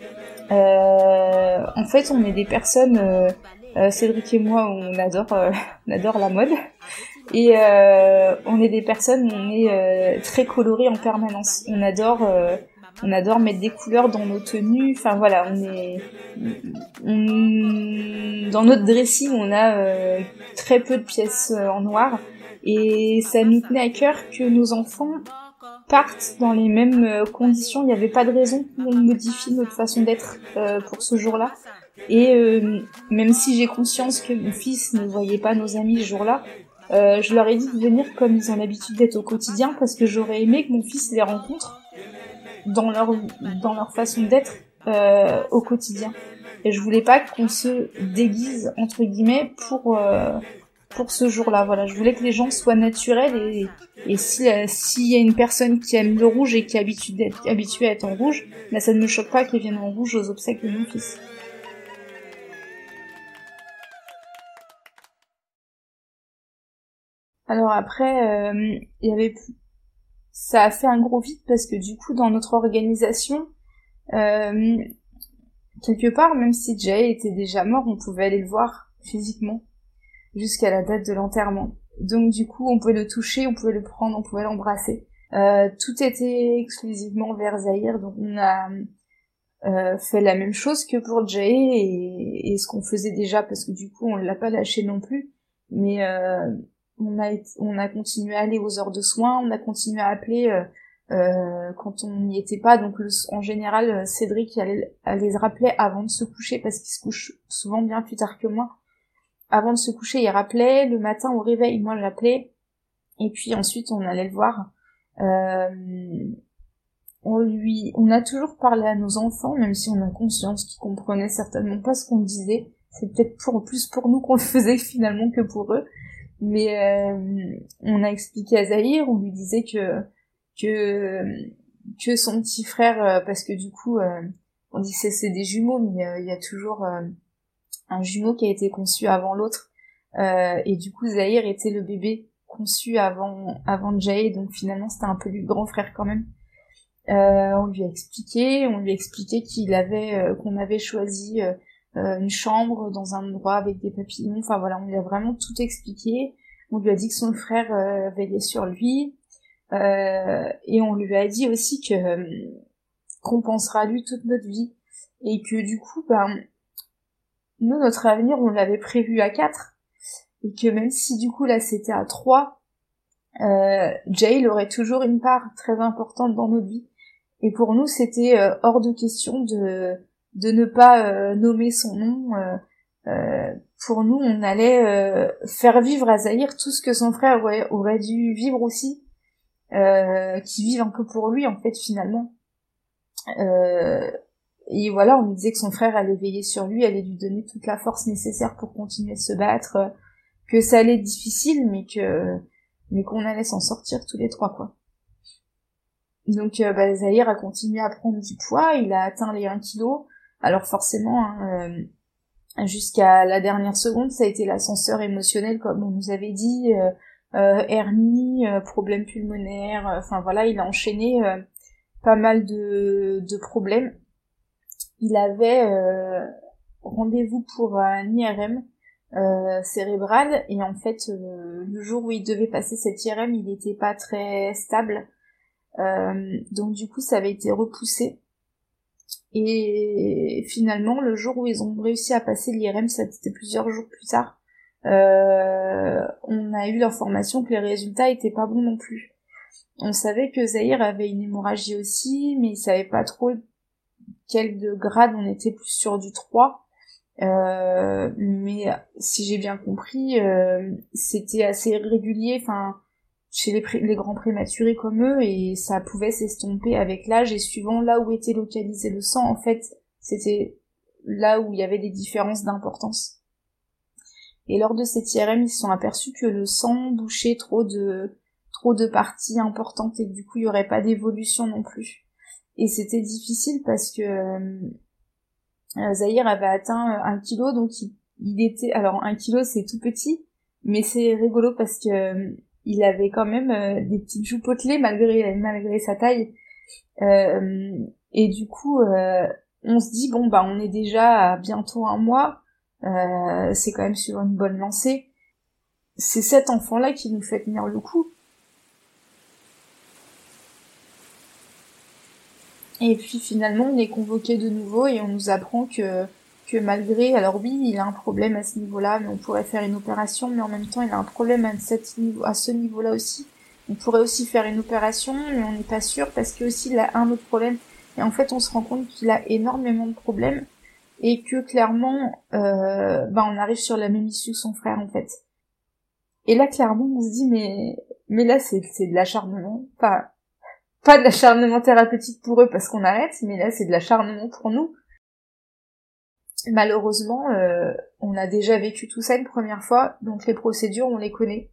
En fait, on est des personnes, Cédric et moi, on adore la mode, et on est des personnes, on est très colorés en permanence. On adore mettre des couleurs dans nos tenues. Enfin voilà, dans notre dressing, on a très peu de pièces en noir, et ça nous tenait à cœur que nos enfants partent dans les mêmes conditions. Il n'y avait pas de raison qu'on modifie notre façon d'être pour ce jour-là. Et même si j'ai conscience que mon fils ne voyait pas nos amis ce jour-là, je leur ai dit de venir comme ils ont l'habitude d'être au quotidien, parce que j'aurais aimé que mon fils les rencontre dans leur façon d'être au quotidien. Et je voulais pas qu'on se déguise entre guillemets pour ce jour-là. Voilà, je voulais que les gens soient naturels, et s'il y a une personne qui aime le rouge et qui est habituée à être en rouge, là ça ne me choque pas qu'elle vienne en rouge aux obsèques de mon fils. Alors après, ça a fait un gros vide, parce que du coup dans notre organisation, quelque part, même si Jay était déjà mort, on pouvait aller le voir physiquement jusqu'à la date de l'enterrement. Donc du coup, on pouvait le toucher, on pouvait le prendre, on pouvait l'embrasser. Tout était exclusivement vers Zahir, donc on a fait la même chose que pour Jay, et ce qu'on faisait déjà, parce que du coup, on l'a pas lâché non plus, mais on a continué à aller aux heures de soins, on a continué à appeler quand on n'y était pas. Donc en général, Cédric elle les rappelait avant de se coucher, parce qu'il se couche souvent bien plus tard que moi. Avant de se coucher, il rappelait. Le matin au réveil, moi j'appelais, et puis ensuite on allait le voir. On a toujours parlé à nos enfants, même si on a conscience qu'ils comprenaient certainement pas ce qu'on disait. C'est peut-être plus pour nous qu'on le faisait finalement que pour eux. Mais on a expliqué à Zahir, on lui disait que son petit frère, parce que du coup on dit que c'est des jumeaux, mais il y a toujours un jumeau qui a été conçu avant l'autre, et du coup Zahir était le bébé conçu avant Jay, donc finalement c'était un peu lui le grand frère quand même. On lui a expliqué qu'on avait choisi une chambre dans un endroit avec des papillons. Enfin voilà, on lui a vraiment tout expliqué. On lui a dit que son frère veillait sur lui, et on lui a dit aussi qu'on pensera à lui toute notre vie, et que du coup, nous, notre avenir, on l'avait prévu à 4, et que même si du coup là c'était à 3, Jay il aurait toujours une part très importante dans notre vie. Et pour nous, c'était hors de question de ne pas nommer son nom. Pour nous, on allait faire vivre à Zahir tout ce que son frère aurait dû vivre aussi, qui vive un peu pour lui en fait finalement. Et voilà, on lui disait que son frère allait veiller sur lui, allait lui donner toute la force nécessaire pour continuer de se battre, que ça allait être difficile, mais qu'on allait s'en sortir tous les 3 quoi. Donc Zahir a continué à prendre du poids, il a atteint les 1 kilo. Alors forcément, jusqu'à la dernière seconde, ça a été l'ascenseur émotionnel, comme on nous avait dit, hernie, problème pulmonaire, enfin voilà, il a enchaîné pas mal de problèmes. Il avait rendez-vous pour un IRM cérébral, et en fait, le jour où il devait passer cet IRM, il n'était pas très stable. Donc du coup ça avait été repoussé, et finalement le jour où ils ont réussi à passer l'IRM, c'était plusieurs jours plus tard, on a eu l'information que les résultats étaient pas bons non plus. On savait que Zahir avait une hémorragie aussi, mais il savait pas trop quel de grade, on était plus sur du 3, mais si j'ai bien compris, c'était assez régulier, enfin chez les grands prématurés comme eux, et ça pouvait s'estomper avec l'âge, et suivant là où était localisé le sang, en fait, c'était là où il y avait des différences d'importance. Et lors de cet IRM, ils se sont aperçus que le sang bouchait trop de parties importantes, et du coup, il y aurait pas d'évolution non plus. Et c'était difficile parce que Zahir avait atteint 1 kilo, donc il était... Alors 1 kilo c'est tout petit, mais c'est rigolo parce que il avait quand même des petites joues potelées malgré sa taille. Et du coup, on se dit, bon, bah on est déjà à bientôt 1 mois, c'est quand même sur une bonne lancée. C'est cet enfant-là qui nous fait tenir le coup. Et puis finalement, on est convoqué de nouveau et on nous apprend que malgré, alors oui, il a un problème à ce niveau-là, mais on pourrait faire une opération, mais en même temps, il a un problème à ce niveau-là aussi. On pourrait aussi faire une opération, mais on n'est pas sûr parce que aussi il a un autre problème. Et en fait, on se rend compte qu'il a énormément de problèmes et que clairement, on arrive sur la même issue que son frère en fait. Et là, clairement, on se dit mais là, c'est de l'acharnement. Enfin, pas de l'acharnement thérapeutique pour eux parce qu'on arrête, mais là, c'est de l'acharnement pour nous. Malheureusement, on a déjà vécu tout ça une première fois, donc les procédures, on les connaît.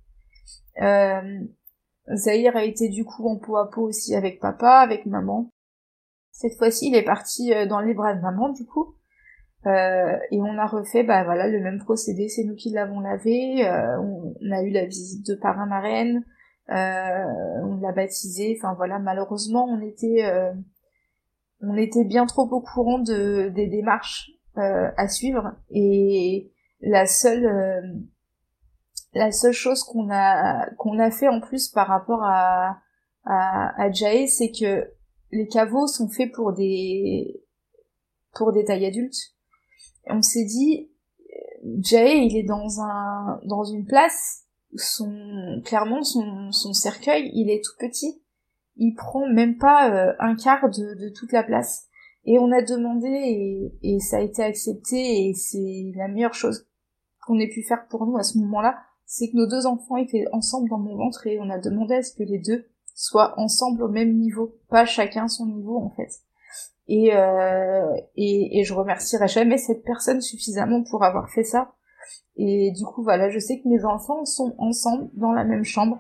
Zahir a été du coup en peau à peau aussi avec papa, avec maman. Cette fois-ci, il est parti dans les bras de maman, du coup. Et on a refait, le même procédé, c'est nous qui l'avons lavé. On a eu la visite de parrain-marraine. On l'a baptisé. Enfin voilà, malheureusement, on était bien trop au courant des démarches à suivre. Et la seule chose qu'on a fait en plus par rapport à Jae, c'est que les caveaux sont faits pour des tailles adultes. Et on s'est dit, Jae, il est dans une place, clairement son cercueil, il est tout petit. Il prend même pas un quart de toute la place. Et on a demandé et ça a été accepté et c'est la meilleure chose qu'on ait pu faire pour nous à ce moment-là, c'est que nos 2 enfants étaient ensemble dans mon ventre et on a demandé à ce que les 2 soient ensemble au même niveau, pas chacun son niveau en fait. Et je remercierai jamais cette personne suffisamment pour avoir fait ça. Et du coup voilà, je sais que mes enfants sont ensemble dans la même chambre.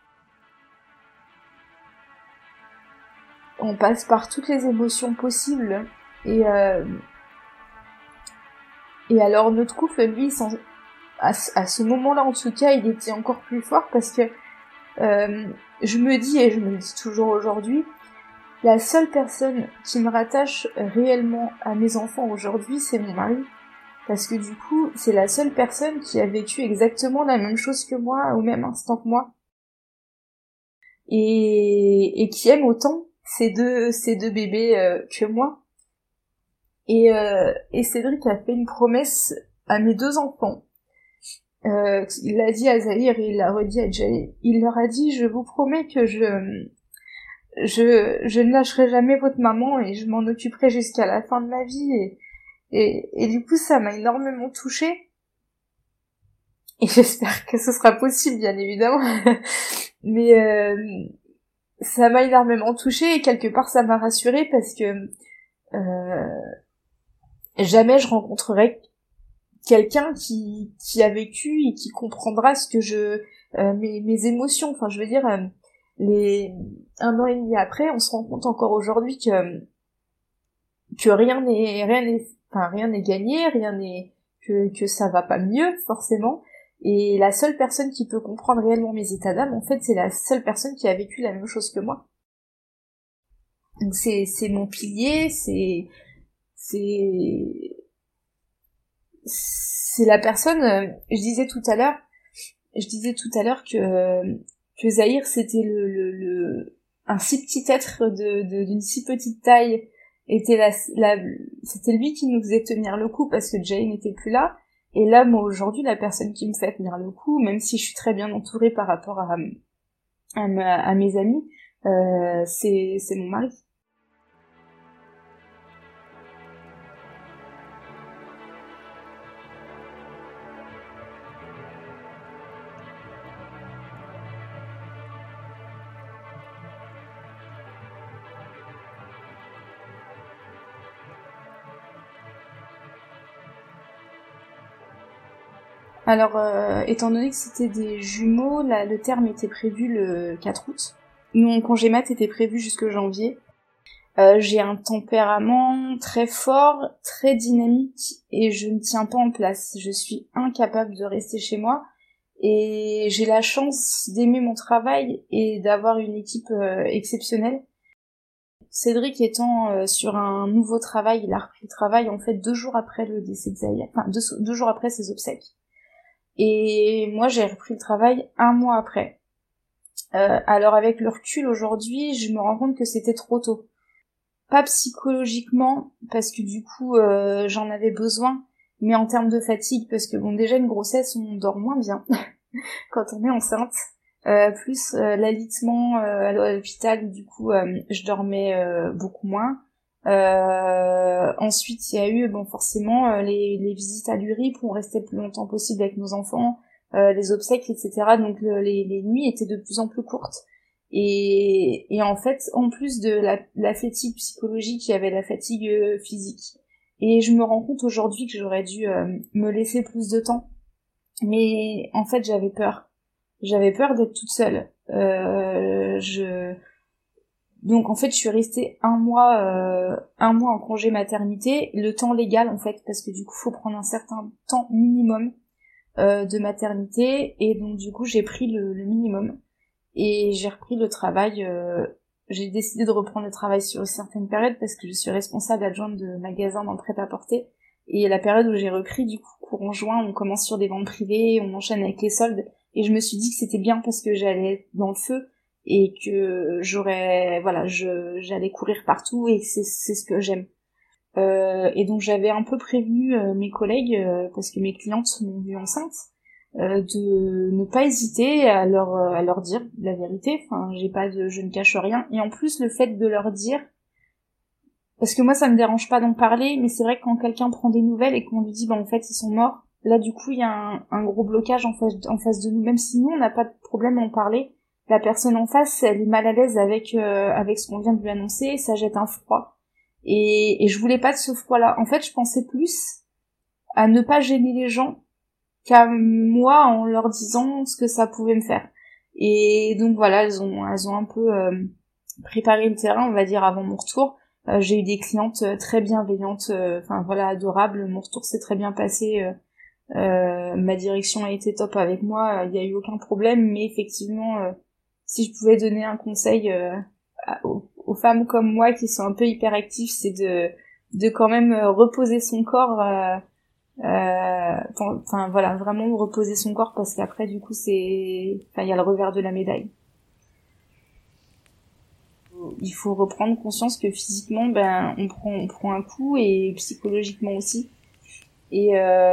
On passe par toutes les émotions possibles et alors notre couple, lui, à ce moment-là en tout cas, il était encore plus fort parce que je me dis toujours aujourd'hui, la seule personne qui me rattache réellement à mes enfants aujourd'hui, c'est mon mari. Parce que du coup, c'est la seule personne qui a vécu exactement la même chose que moi, au même instant que moi. Et qui aime autant ces deux bébés que moi. Et Cédric a fait une promesse à mes 2 enfants. Il l'a dit à Zahir et il l'a redit à Jae. Il leur a dit, je vous promets que je ne lâcherai jamais votre maman et je m'en occuperai jusqu'à la fin de ma vie. Et du coup, ça m'a énormément touchée. Et j'espère que ce sera possible, bien évidemment. Mais ça m'a énormément touchée et quelque part, ça m'a rassurée parce que jamais je rencontrerai quelqu'un qui a vécu et qui comprendra ce que mes émotions. Enfin, je veux dire, 1 an et demi après, on se rend compte encore aujourd'hui que rien n'est gagné, que ça va pas mieux forcément. Et la seule personne qui peut comprendre réellement mes états d'âme, en fait, c'est la seule personne qui a vécu la même chose que moi. Donc c'est mon pilier, c'est la personne. Je disais tout à l'heure que Zahir c'était un si petit être d'une si petite taille c'était lui qui nous faisait tenir le coup parce que Jae n'était plus là. Et là, moi, aujourd'hui, la personne qui me fait tenir le coup, même si je suis très bien entourée par rapport à mes amis, c'est mon mari. Alors, étant donné que c'était des jumeaux, le terme était prévu le 4 août. Mon congé mat était prévu jusque janvier. J'ai un tempérament très fort, très dynamique, et je ne tiens pas en place. Je suis incapable de rester chez moi, et j'ai la chance d'aimer mon travail et d'avoir une équipe exceptionnelle. Cédric étant sur un nouveau travail, il a repris le travail en fait 2 jours après le décès de Zaya, enfin 2 jours après ses obsèques. Et moi j'ai repris le travail 1 mois après. Alors avec le recul aujourd'hui, je me rends compte que c'était trop tôt. Pas psychologiquement, parce que du coup j'en avais besoin, mais en termes de fatigue, parce que bon déjà une grossesse on dort moins bien quand on est enceinte. Plus l'alitement à l'hôpital, du coup je dormais beaucoup moins. Ensuite il y a eu forcément les visites à l'URI pour rester le plus longtemps possible avec nos enfants, les obsèques, etc. Donc les nuits étaient de plus en plus courtes. Et en fait, en plus de la fatigue psychologique, il y avait la fatigue physique. Et je me rends compte aujourd'hui que j'aurais dû me laisser plus de temps. Mais en fait, j'avais peur. J'avais peur d'être toute seule. Donc en fait, je suis restée 1 mois en congé maternité, le temps légal en fait, parce que du coup, faut prendre un certain temps minimum de maternité, et donc du coup, j'ai pris le minimum. Et j'ai repris le travail, j'ai décidé de reprendre le travail sur certaines périodes parce que je suis responsable adjointe de magasin dans le prêt-à-porter. Et la période où j'ai repris, du coup, courant juin, on commence sur des ventes privées, on enchaîne avec les soldes. Et je me suis dit que c'était bien parce que j'allais être dans le feu et que j'allais courir partout et c'est ce que j'aime. Et donc j'avais un peu prévenu mes collègues, parce que mes clientes m'ont vue enceinte, de ne pas hésiter à leur dire la vérité. Enfin, je ne cache rien. Et en plus, le fait de leur dire, parce que moi, ça me dérange pas d'en parler, mais c'est vrai que quand quelqu'un prend des nouvelles et qu'on lui dit, en fait, ils sont morts, là, du coup, il y a un gros blocage en face de nous. Même si nous, on n'a pas de problème à en parler, la personne en face, elle est mal à l'aise avec ce qu'on vient de lui annoncer, ça jette un froid. Et je voulais pas de ce froid-là. En fait, je pensais plus à ne pas gêner les gens qu'à moi en leur disant ce que ça pouvait me faire. Et donc voilà, elles ont un peu préparé le terrain, on va dire, avant mon retour. J'ai eu des clientes très bienveillantes, adorables. Mon retour s'est très bien passé. Ma direction a été top avec moi, il n'y a eu aucun problème, mais effectivement, si je pouvais donner un conseil aux femmes comme moi qui sont un peu hyperactives, c'est de quand même reposer son corps, vraiment reposer son corps, parce qu'après du coup il y a le revers de la médaille. Il faut reprendre conscience que physiquement on prend un coup, et psychologiquement aussi, et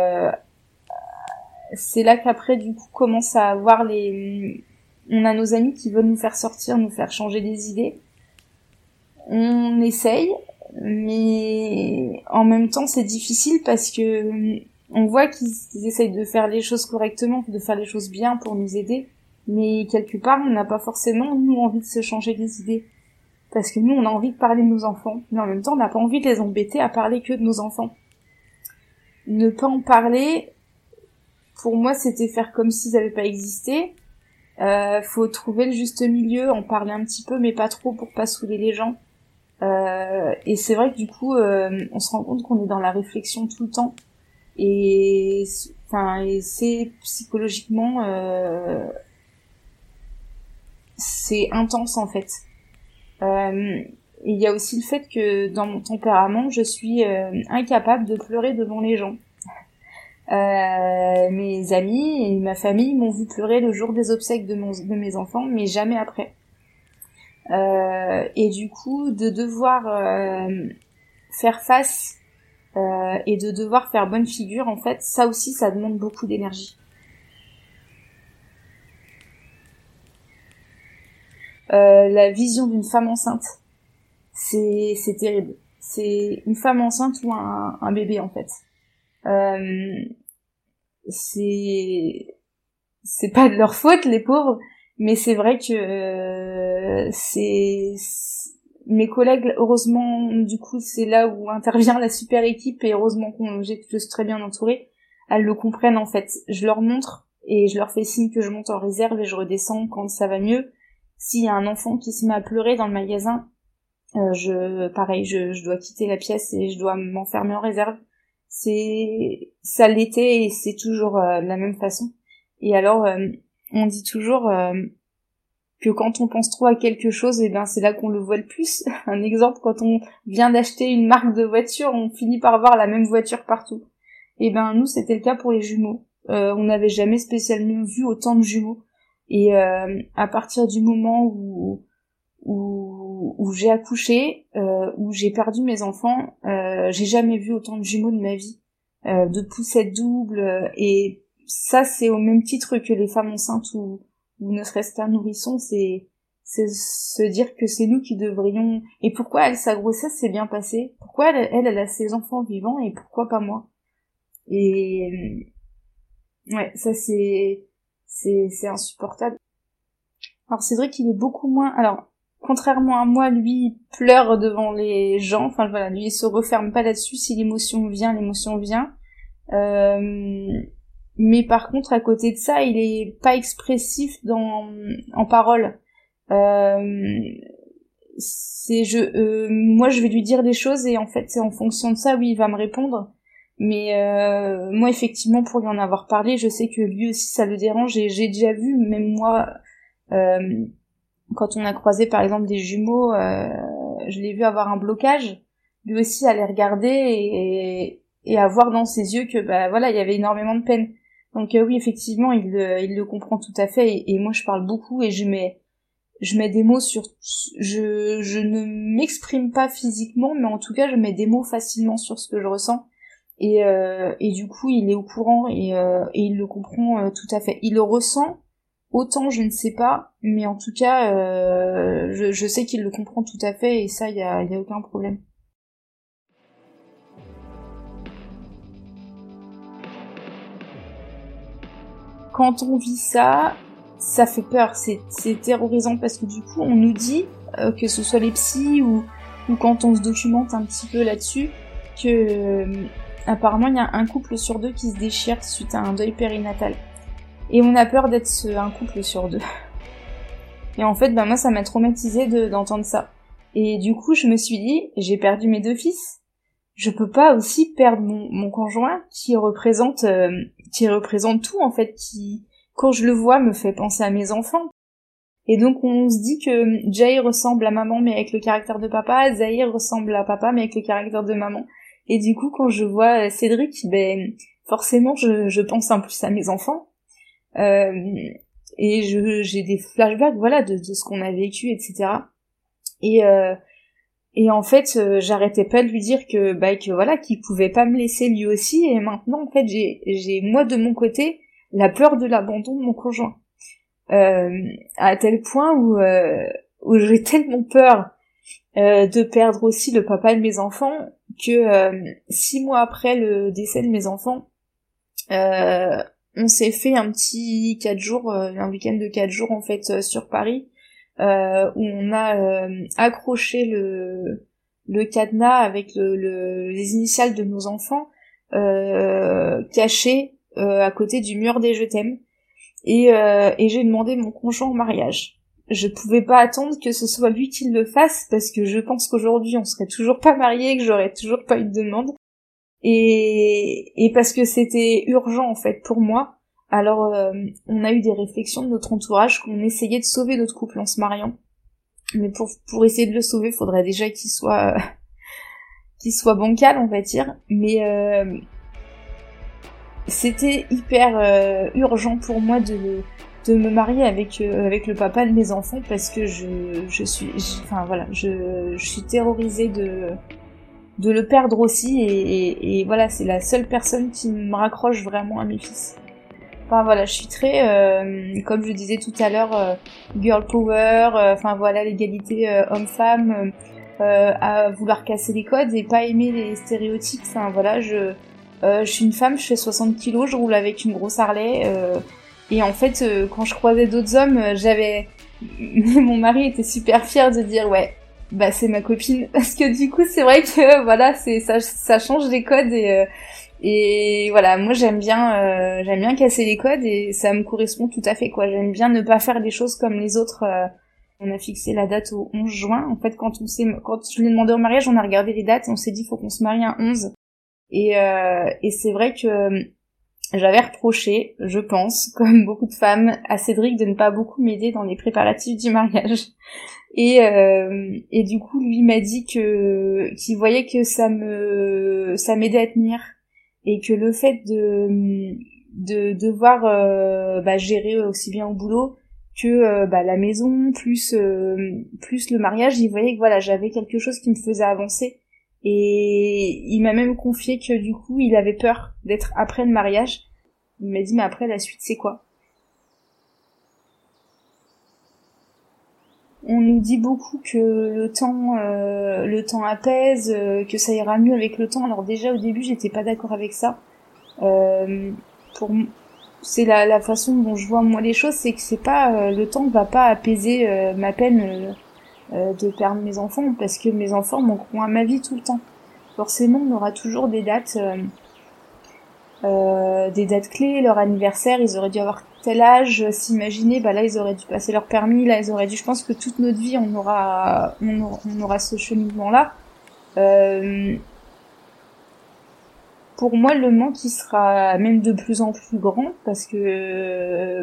c'est là qu'après du coup commence à avoir on a nos amis qui veulent nous faire sortir, nous faire changer des idées. On essaye, mais en même temps c'est difficile parce que on voit qu'ils essayent de faire les choses correctement, de faire les choses bien pour nous aider, mais quelque part on n'a pas forcément nous envie de se changer les idées, parce que nous on a envie de parler de nos enfants, mais en même temps on n'a pas envie de les embêter à parler que de nos enfants. Ne pas en parler, pour moi c'était faire comme s'ils n'avaient pas existé. Faut trouver le juste milieu, en parler un petit peu mais pas trop pour pas saouler les gens. Et c'est vrai que du coup on se rend compte qu'on est dans la réflexion tout le temps, et c'est psychologiquement c'est intense en fait. Et il y a aussi le fait que dans mon tempérament je suis incapable de pleurer devant les gens. Mes amis et ma famille m'ont vu pleurer le jour des obsèques de mes enfants, mais jamais après. Et du coup, de devoir faire face et de devoir faire bonne figure, en fait, ça aussi, ça demande beaucoup d'énergie. La vision d'une femme enceinte, c'est terrible. C'est une femme enceinte ou un bébé, en fait. C'est pas de leur faute, les pauvres, mais c'est vrai que mes collègues, heureusement, du coup c'est là où intervient la super équipe, et heureusement je suis très bien entourée, elles le comprennent en fait. Je leur montre et je leur fais signe que je monte en réserve et je redescends quand ça va mieux. S'il y a un enfant qui se met à pleurer dans le magasin, je dois quitter la pièce et je dois m'enfermer en réserve. Ça l'était et c'est toujours de la même façon. Et alors, on dit toujours que quand on pense trop à quelque chose, c'est là qu'on le voit le plus. Un exemple, quand on vient d'acheter une marque de voiture, on finit par voir la même voiture partout. Et nous, c'était le cas pour les jumeaux. On n'avait jamais spécialement vu autant de jumeaux. Et à partir du moment où j'ai accouché, où j'ai perdu mes enfants, j'ai jamais vu autant de jumeaux de ma vie, de poussettes doubles, et ça c'est au même titre que les femmes enceintes ou ne serait-ce qu'un nourrisson, c'est se dire que c'est nous qui devrions. Et pourquoi elle, sa grossesse s'est bien passée, pourquoi elle a ses enfants vivants et pourquoi pas moi. Et ouais, ça c'est insupportable. Alors Cédric, il est beaucoup moins, alors contrairement à moi, lui, il pleure devant les gens. Enfin voilà, lui, il se referme pas là-dessus. Si l'émotion vient, l'émotion vient. Mais par contre, à côté de ça, il est pas expressif en parole. Moi, je vais lui dire des choses et en fait, c'est en fonction de ça, oui, il va me répondre. Mais moi, effectivement, pour lui en avoir parlé, je sais que lui aussi, ça le dérange. Et j'ai déjà vu, même moi, quand on a croisé par exemple des jumeaux, je l'ai vu avoir un blocage, lui aussi aller regarder et à voir dans ses yeux que voilà, il y avait énormément de peine. Donc oui, effectivement, il le comprend tout à fait, et moi je parle beaucoup et je mets des mots sur, je ne m'exprime pas physiquement, mais en tout cas je mets des mots facilement sur ce que je ressens, et du coup il est au courant et il le comprend tout à fait. Il le ressent autant, je ne sais pas, mais en tout cas, je sais qu'il le comprend tout à fait, et ça, il y a aucun problème. Quand on vit ça fait peur, c'est terrorisant, parce que du coup, on nous dit, que ce soit les psys ou quand on se documente un petit peu là-dessus, que apparemment, il y a un couple sur 2 qui se déchire suite à un deuil périnatal. Et on a peur d'être un couple sur 2. Et en fait, moi, ça m'a traumatisée d'entendre ça. Et du coup, je me suis dit, j'ai perdu mes 2 fils. Je peux pas aussi perdre mon conjoint qui représente tout, en fait, qui, quand je le vois, me fait penser à mes enfants. Et donc, on se dit que Jay ressemble à maman, mais avec le caractère de papa. Zahir ressemble à papa, mais avec le caractère de maman. Et du coup, quand je vois Cédric, forcément, je pense un peu à mes enfants. Et j'ai des flashbacks, voilà, de ce qu'on a vécu, etc. Et en fait, j'arrêtais pas de lui dire que voilà, qu'il pouvait pas me laisser lui aussi. Et maintenant, en fait, j'ai moi de mon côté la peur de l'abandon de mon conjoint, à tel point où j'ai tellement peur de perdre aussi le papa de mes enfants que 6 mois après le décès de mes enfants, on s'est fait un petit 4 jours, un week-end de 4 jours en fait sur Paris, où on a accroché le cadenas avec les initiales de nos enfants cachés à côté du mur des je t'aime, et j'ai demandé mon conjoint en mariage. Je pouvais pas attendre que ce soit lui qui le fasse, parce que je pense qu'aujourd'hui on serait toujours pas mariés, que j'aurais toujours pas eu de demande. Et parce que c'était urgent en fait pour moi. Alors on a eu des réflexions de notre entourage qu'on essayait de sauver notre couple en se mariant, mais pour essayer de le sauver, faudrait déjà qu'il soit bancal, on va dire. Mais c'était hyper urgent pour moi de me marier avec le papa de mes enfants, parce que je suis terrorisée de le perdre aussi, et voilà, c'est la seule personne qui me raccroche vraiment à mes fils. Enfin voilà, je suis très, comme je disais tout à l'heure, girl power, enfin voilà, l'égalité homme-femme, à vouloir casser les codes et pas aimer les stéréotypes. Enfin voilà, je suis une femme, je fais 60 kilos, je roule avec une grosse Harley, et en fait, quand je croisais d'autres hommes, mon mari était super fier de dire ouais, c'est ma copine, parce que du coup c'est vrai que voilà, ça change les codes, et voilà, moi j'aime bien casser les codes, et ça me correspond tout à fait, quoi. J'aime bien ne pas faire les choses comme les autres On a fixé la date au 11 juin. En fait, quand je l'ai demandé en mariage, on a regardé les dates et on s'est dit faut qu'on se marie un 11. Et c'est vrai que j'avais reproché, je pense, comme beaucoup de femmes, à Cédric de ne pas beaucoup m'aider dans les préparatifs du mariage. Et du coup, lui m'a dit qu'il voyait que ça m'aidait à tenir et que le fait de devoir gérer aussi bien au boulot que la maison plus le mariage, il voyait que voilà, j'avais quelque chose qui me faisait avancer. Et il m'a même confié que du coup il avait peur d'être après le mariage. Il m'a dit mais après la suite c'est quoi? On nous dit beaucoup que le temps apaise, que ça ira mieux avec le temps. Alors déjà au début j'étais pas d'accord avec ça. C'est la façon dont je vois moi les choses, c'est que c'est pas le temps va pas apaiser ma peine de perdre mes enfants, parce que mes enfants manqueront à ma vie tout le temps. Forcément, on aura toujours des dates clés, leur anniversaire, ils auraient dû avoir tel âge, s'imaginer, là ils auraient dû passer leur permis, là ils auraient dû, je pense que toute notre vie on aura ce cheminement-là. Pour moi, le manque il sera même de plus en plus grand, parce que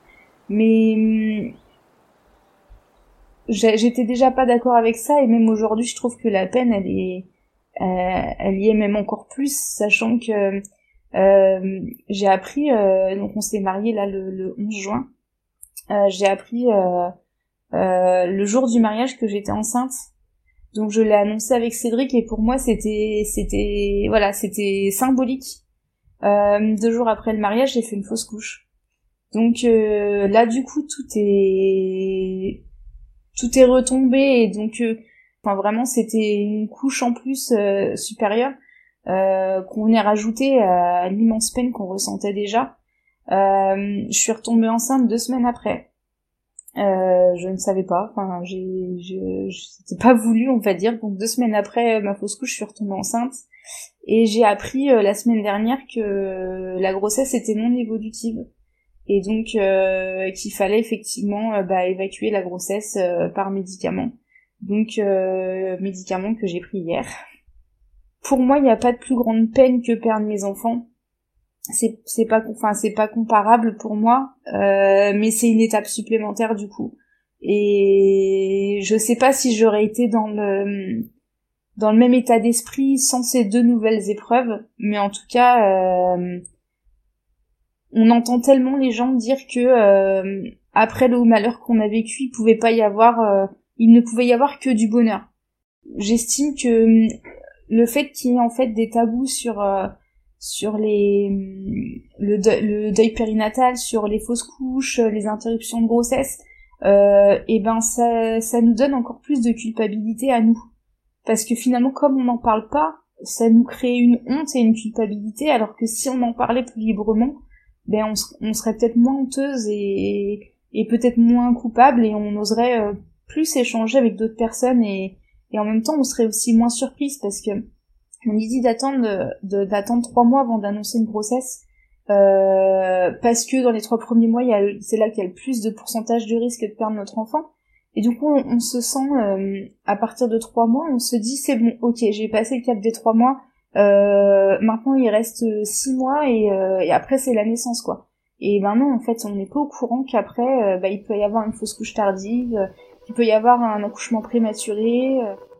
j'étais déjà pas d'accord avec ça, et même aujourd'hui je trouve que la peine elle y est même encore plus, sachant que j'ai appris, donc on s'est mariés là le 11 juin, j'ai appris le jour du mariage que j'étais enceinte, donc je l'ai annoncé avec Cédric, et pour moi c'était symbolique. 2 jours après le mariage, j'ai fait une fausse couche, donc là du coup tout est retombé, et donc vraiment c'était une couche en plus supérieure qu'on venait rajouter à l'immense peine qu'on ressentait déjà. Je suis retombée enceinte 2 semaines après. Je ne savais pas, c'était pas voulu, on va dire. Donc 2 semaines après ma fausse couche, je suis retombée enceinte, et j'ai appris la semaine dernière que la grossesse était non évolutive. Et donc qu'il fallait effectivement évacuer la grossesse par médicament. Donc médicament que j'ai pris hier. Pour moi, il n'y a pas de plus grande peine que perdre mes enfants. C'est pas comparable pour moi, mais c'est une étape supplémentaire du coup. Et je sais pas si j'aurais été dans le même état d'esprit sans ces 2 nouvelles épreuves, mais en tout cas on entend tellement les gens dire que après le malheur qu'on a vécu, il ne pouvait y avoir que du bonheur. J'estime que le fait qu'il y ait en fait des tabous sur le deuil périnatal, sur les fausses couches, les interruptions de grossesse, ça nous donne encore plus de culpabilité à nous. Parce que finalement, comme on n'en parle pas, ça nous crée une honte et une culpabilité, alors que si on en parlait plus librement, on serait peut-être moins honteuse et peut-être moins coupable, et on oserait plus échanger avec d'autres personnes, et en même temps on serait aussi moins surprise, parce que on dit d'attendre 3 mois avant d'annoncer une grossesse, parce que dans les 3 premiers mois c'est là qu'il y a le plus de pourcentage de risque de perdre notre enfant. Et du coup on se sent à partir de 3 mois, on se dit c'est bon, ok, j'ai passé le cap des 3 mois, maintenant il reste 6 mois et après c'est la naissance quoi. Et non, en fait on n'est pas au courant qu'après il peut y avoir une fausse couche tardive, qu'il peut y avoir un accouchement prématuré.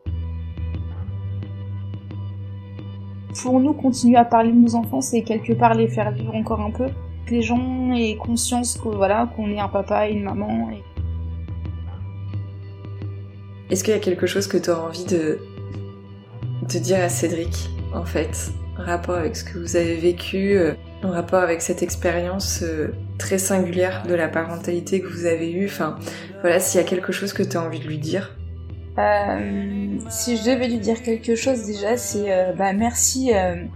Pour nous, continuer à parler de nos enfants, c'est quelque part les faire vivre encore un peu, que les gens aient conscience qu'on est un papa et une maman. Est-ce qu'il y a quelque chose que tu as envie de dire à Cédric, en fait, en rapport avec ce que vous avez vécu, en rapport avec cette expérience très singulière de la parentalité que vous avez eue, s'il y a quelque chose que tu as envie de lui dire? Si je devais lui dire quelque chose déjà, c'est merci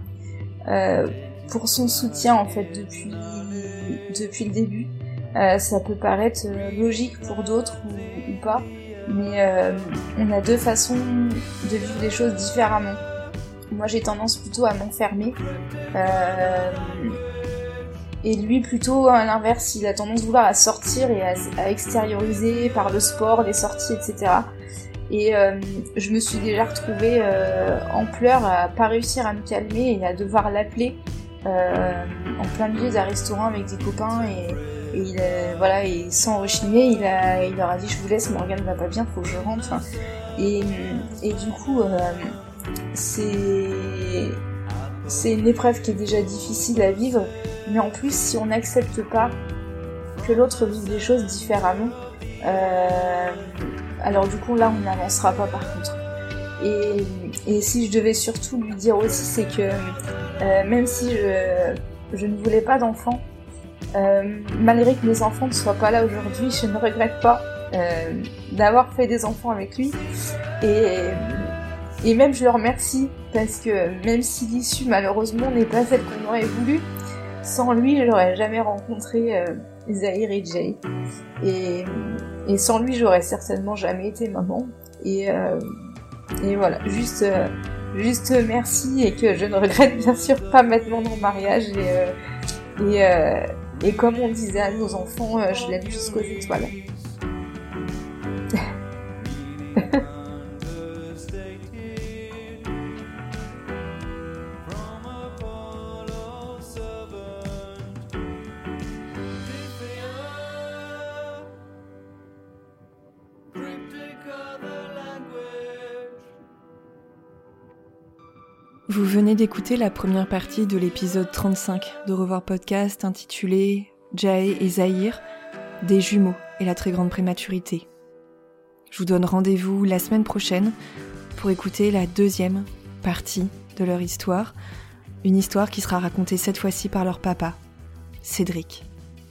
pour son soutien en fait depuis le début. Ça peut paraître logique pour d'autres ou pas, mais on a 2 façons de vivre les choses différemment. Moi j'ai tendance plutôt à m'enfermer Et lui, plutôt, à l'inverse, il a tendance à vouloir à sortir et à extérioriser par le sport, les sorties, etc. Et je me suis déjà retrouvée en pleurs, à pas réussir à me calmer et à devoir l'appeler en plein milieu d'un restaurant avec des copains. Et et sans rechigner, il leur a dit « Je vous laisse, Morgane va pas bien, faut que je rentre. » Et du coup, c'est une épreuve qui est déjà difficile à vivre, mais en plus, si on n'accepte pas que l'autre vive les choses différemment, alors du coup, là, on n'avancera pas par contre. Et si je devais surtout lui dire aussi, c'est que même si je ne voulais pas d'enfant, malgré que mes enfants ne soient pas là aujourd'hui, je ne regrette pas d'avoir fait des enfants avec lui. Et même je le remercie parce que même si l'issue malheureusement n'est pas celle qu'on aurait voulu, sans lui j'aurais jamais rencontré Zahir et Jay. Et sans lui j'aurais certainement jamais été maman. Et voilà, juste merci, et que je ne regrette bien sûr pas maintenant mon mariage. Et comme on disait à nos enfants, je l'aime jusqu'aux étoiles. Vous venez d'écouter la première partie de l'épisode 35 d'Au revoir podcast intitulé Jay et Zahir, des jumeaux et la très grande prématurité. Je vous donne rendez-vous la semaine prochaine pour écouter la deuxième partie de leur histoire, une histoire qui sera racontée cette fois-ci par leur papa, Cédric.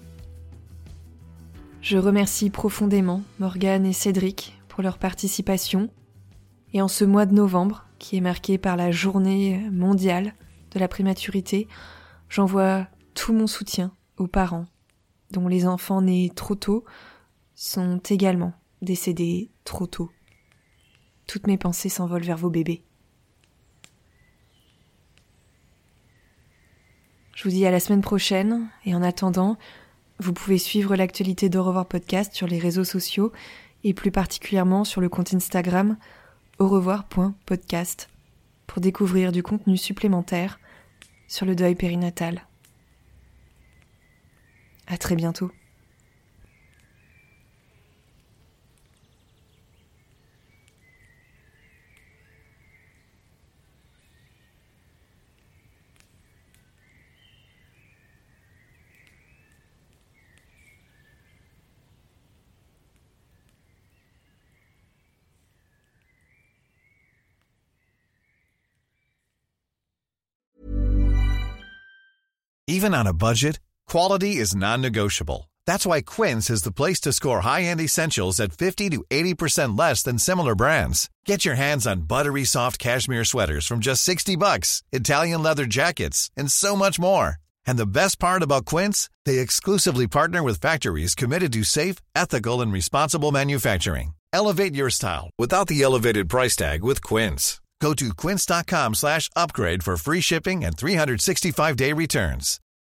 Je remercie profondément Morgane et Cédric pour leur participation, et en ce mois de novembre, qui est marqué par la journée mondiale de la prématurité, j'envoie tout mon soutien aux parents dont les enfants nés trop tôt sont également décédés trop tôt. Toutes mes pensées s'envolent vers vos bébés. Je vous dis à la semaine prochaine, et en attendant, vous pouvez suivre l'actualité d'Au revoir podcast sur les réseaux sociaux et plus particulièrement sur le compte Instagram aurevoir.podcast pour découvrir du contenu supplémentaire sur le deuil périnatal. À très bientôt. Even on a budget, quality is non-negotiable. That's why Quince is the place to score high-end essentials at 50 to 80% less than similar brands. Get your hands on buttery soft cashmere sweaters from just $60, Italian leather jackets, and so much more. And the best part about Quince, they exclusively partner with factories committed to safe, ethical, and responsible manufacturing. Elevate your style without the elevated price tag with Quince. Go to quince.com/upgrade for free shipping and 365-day returns.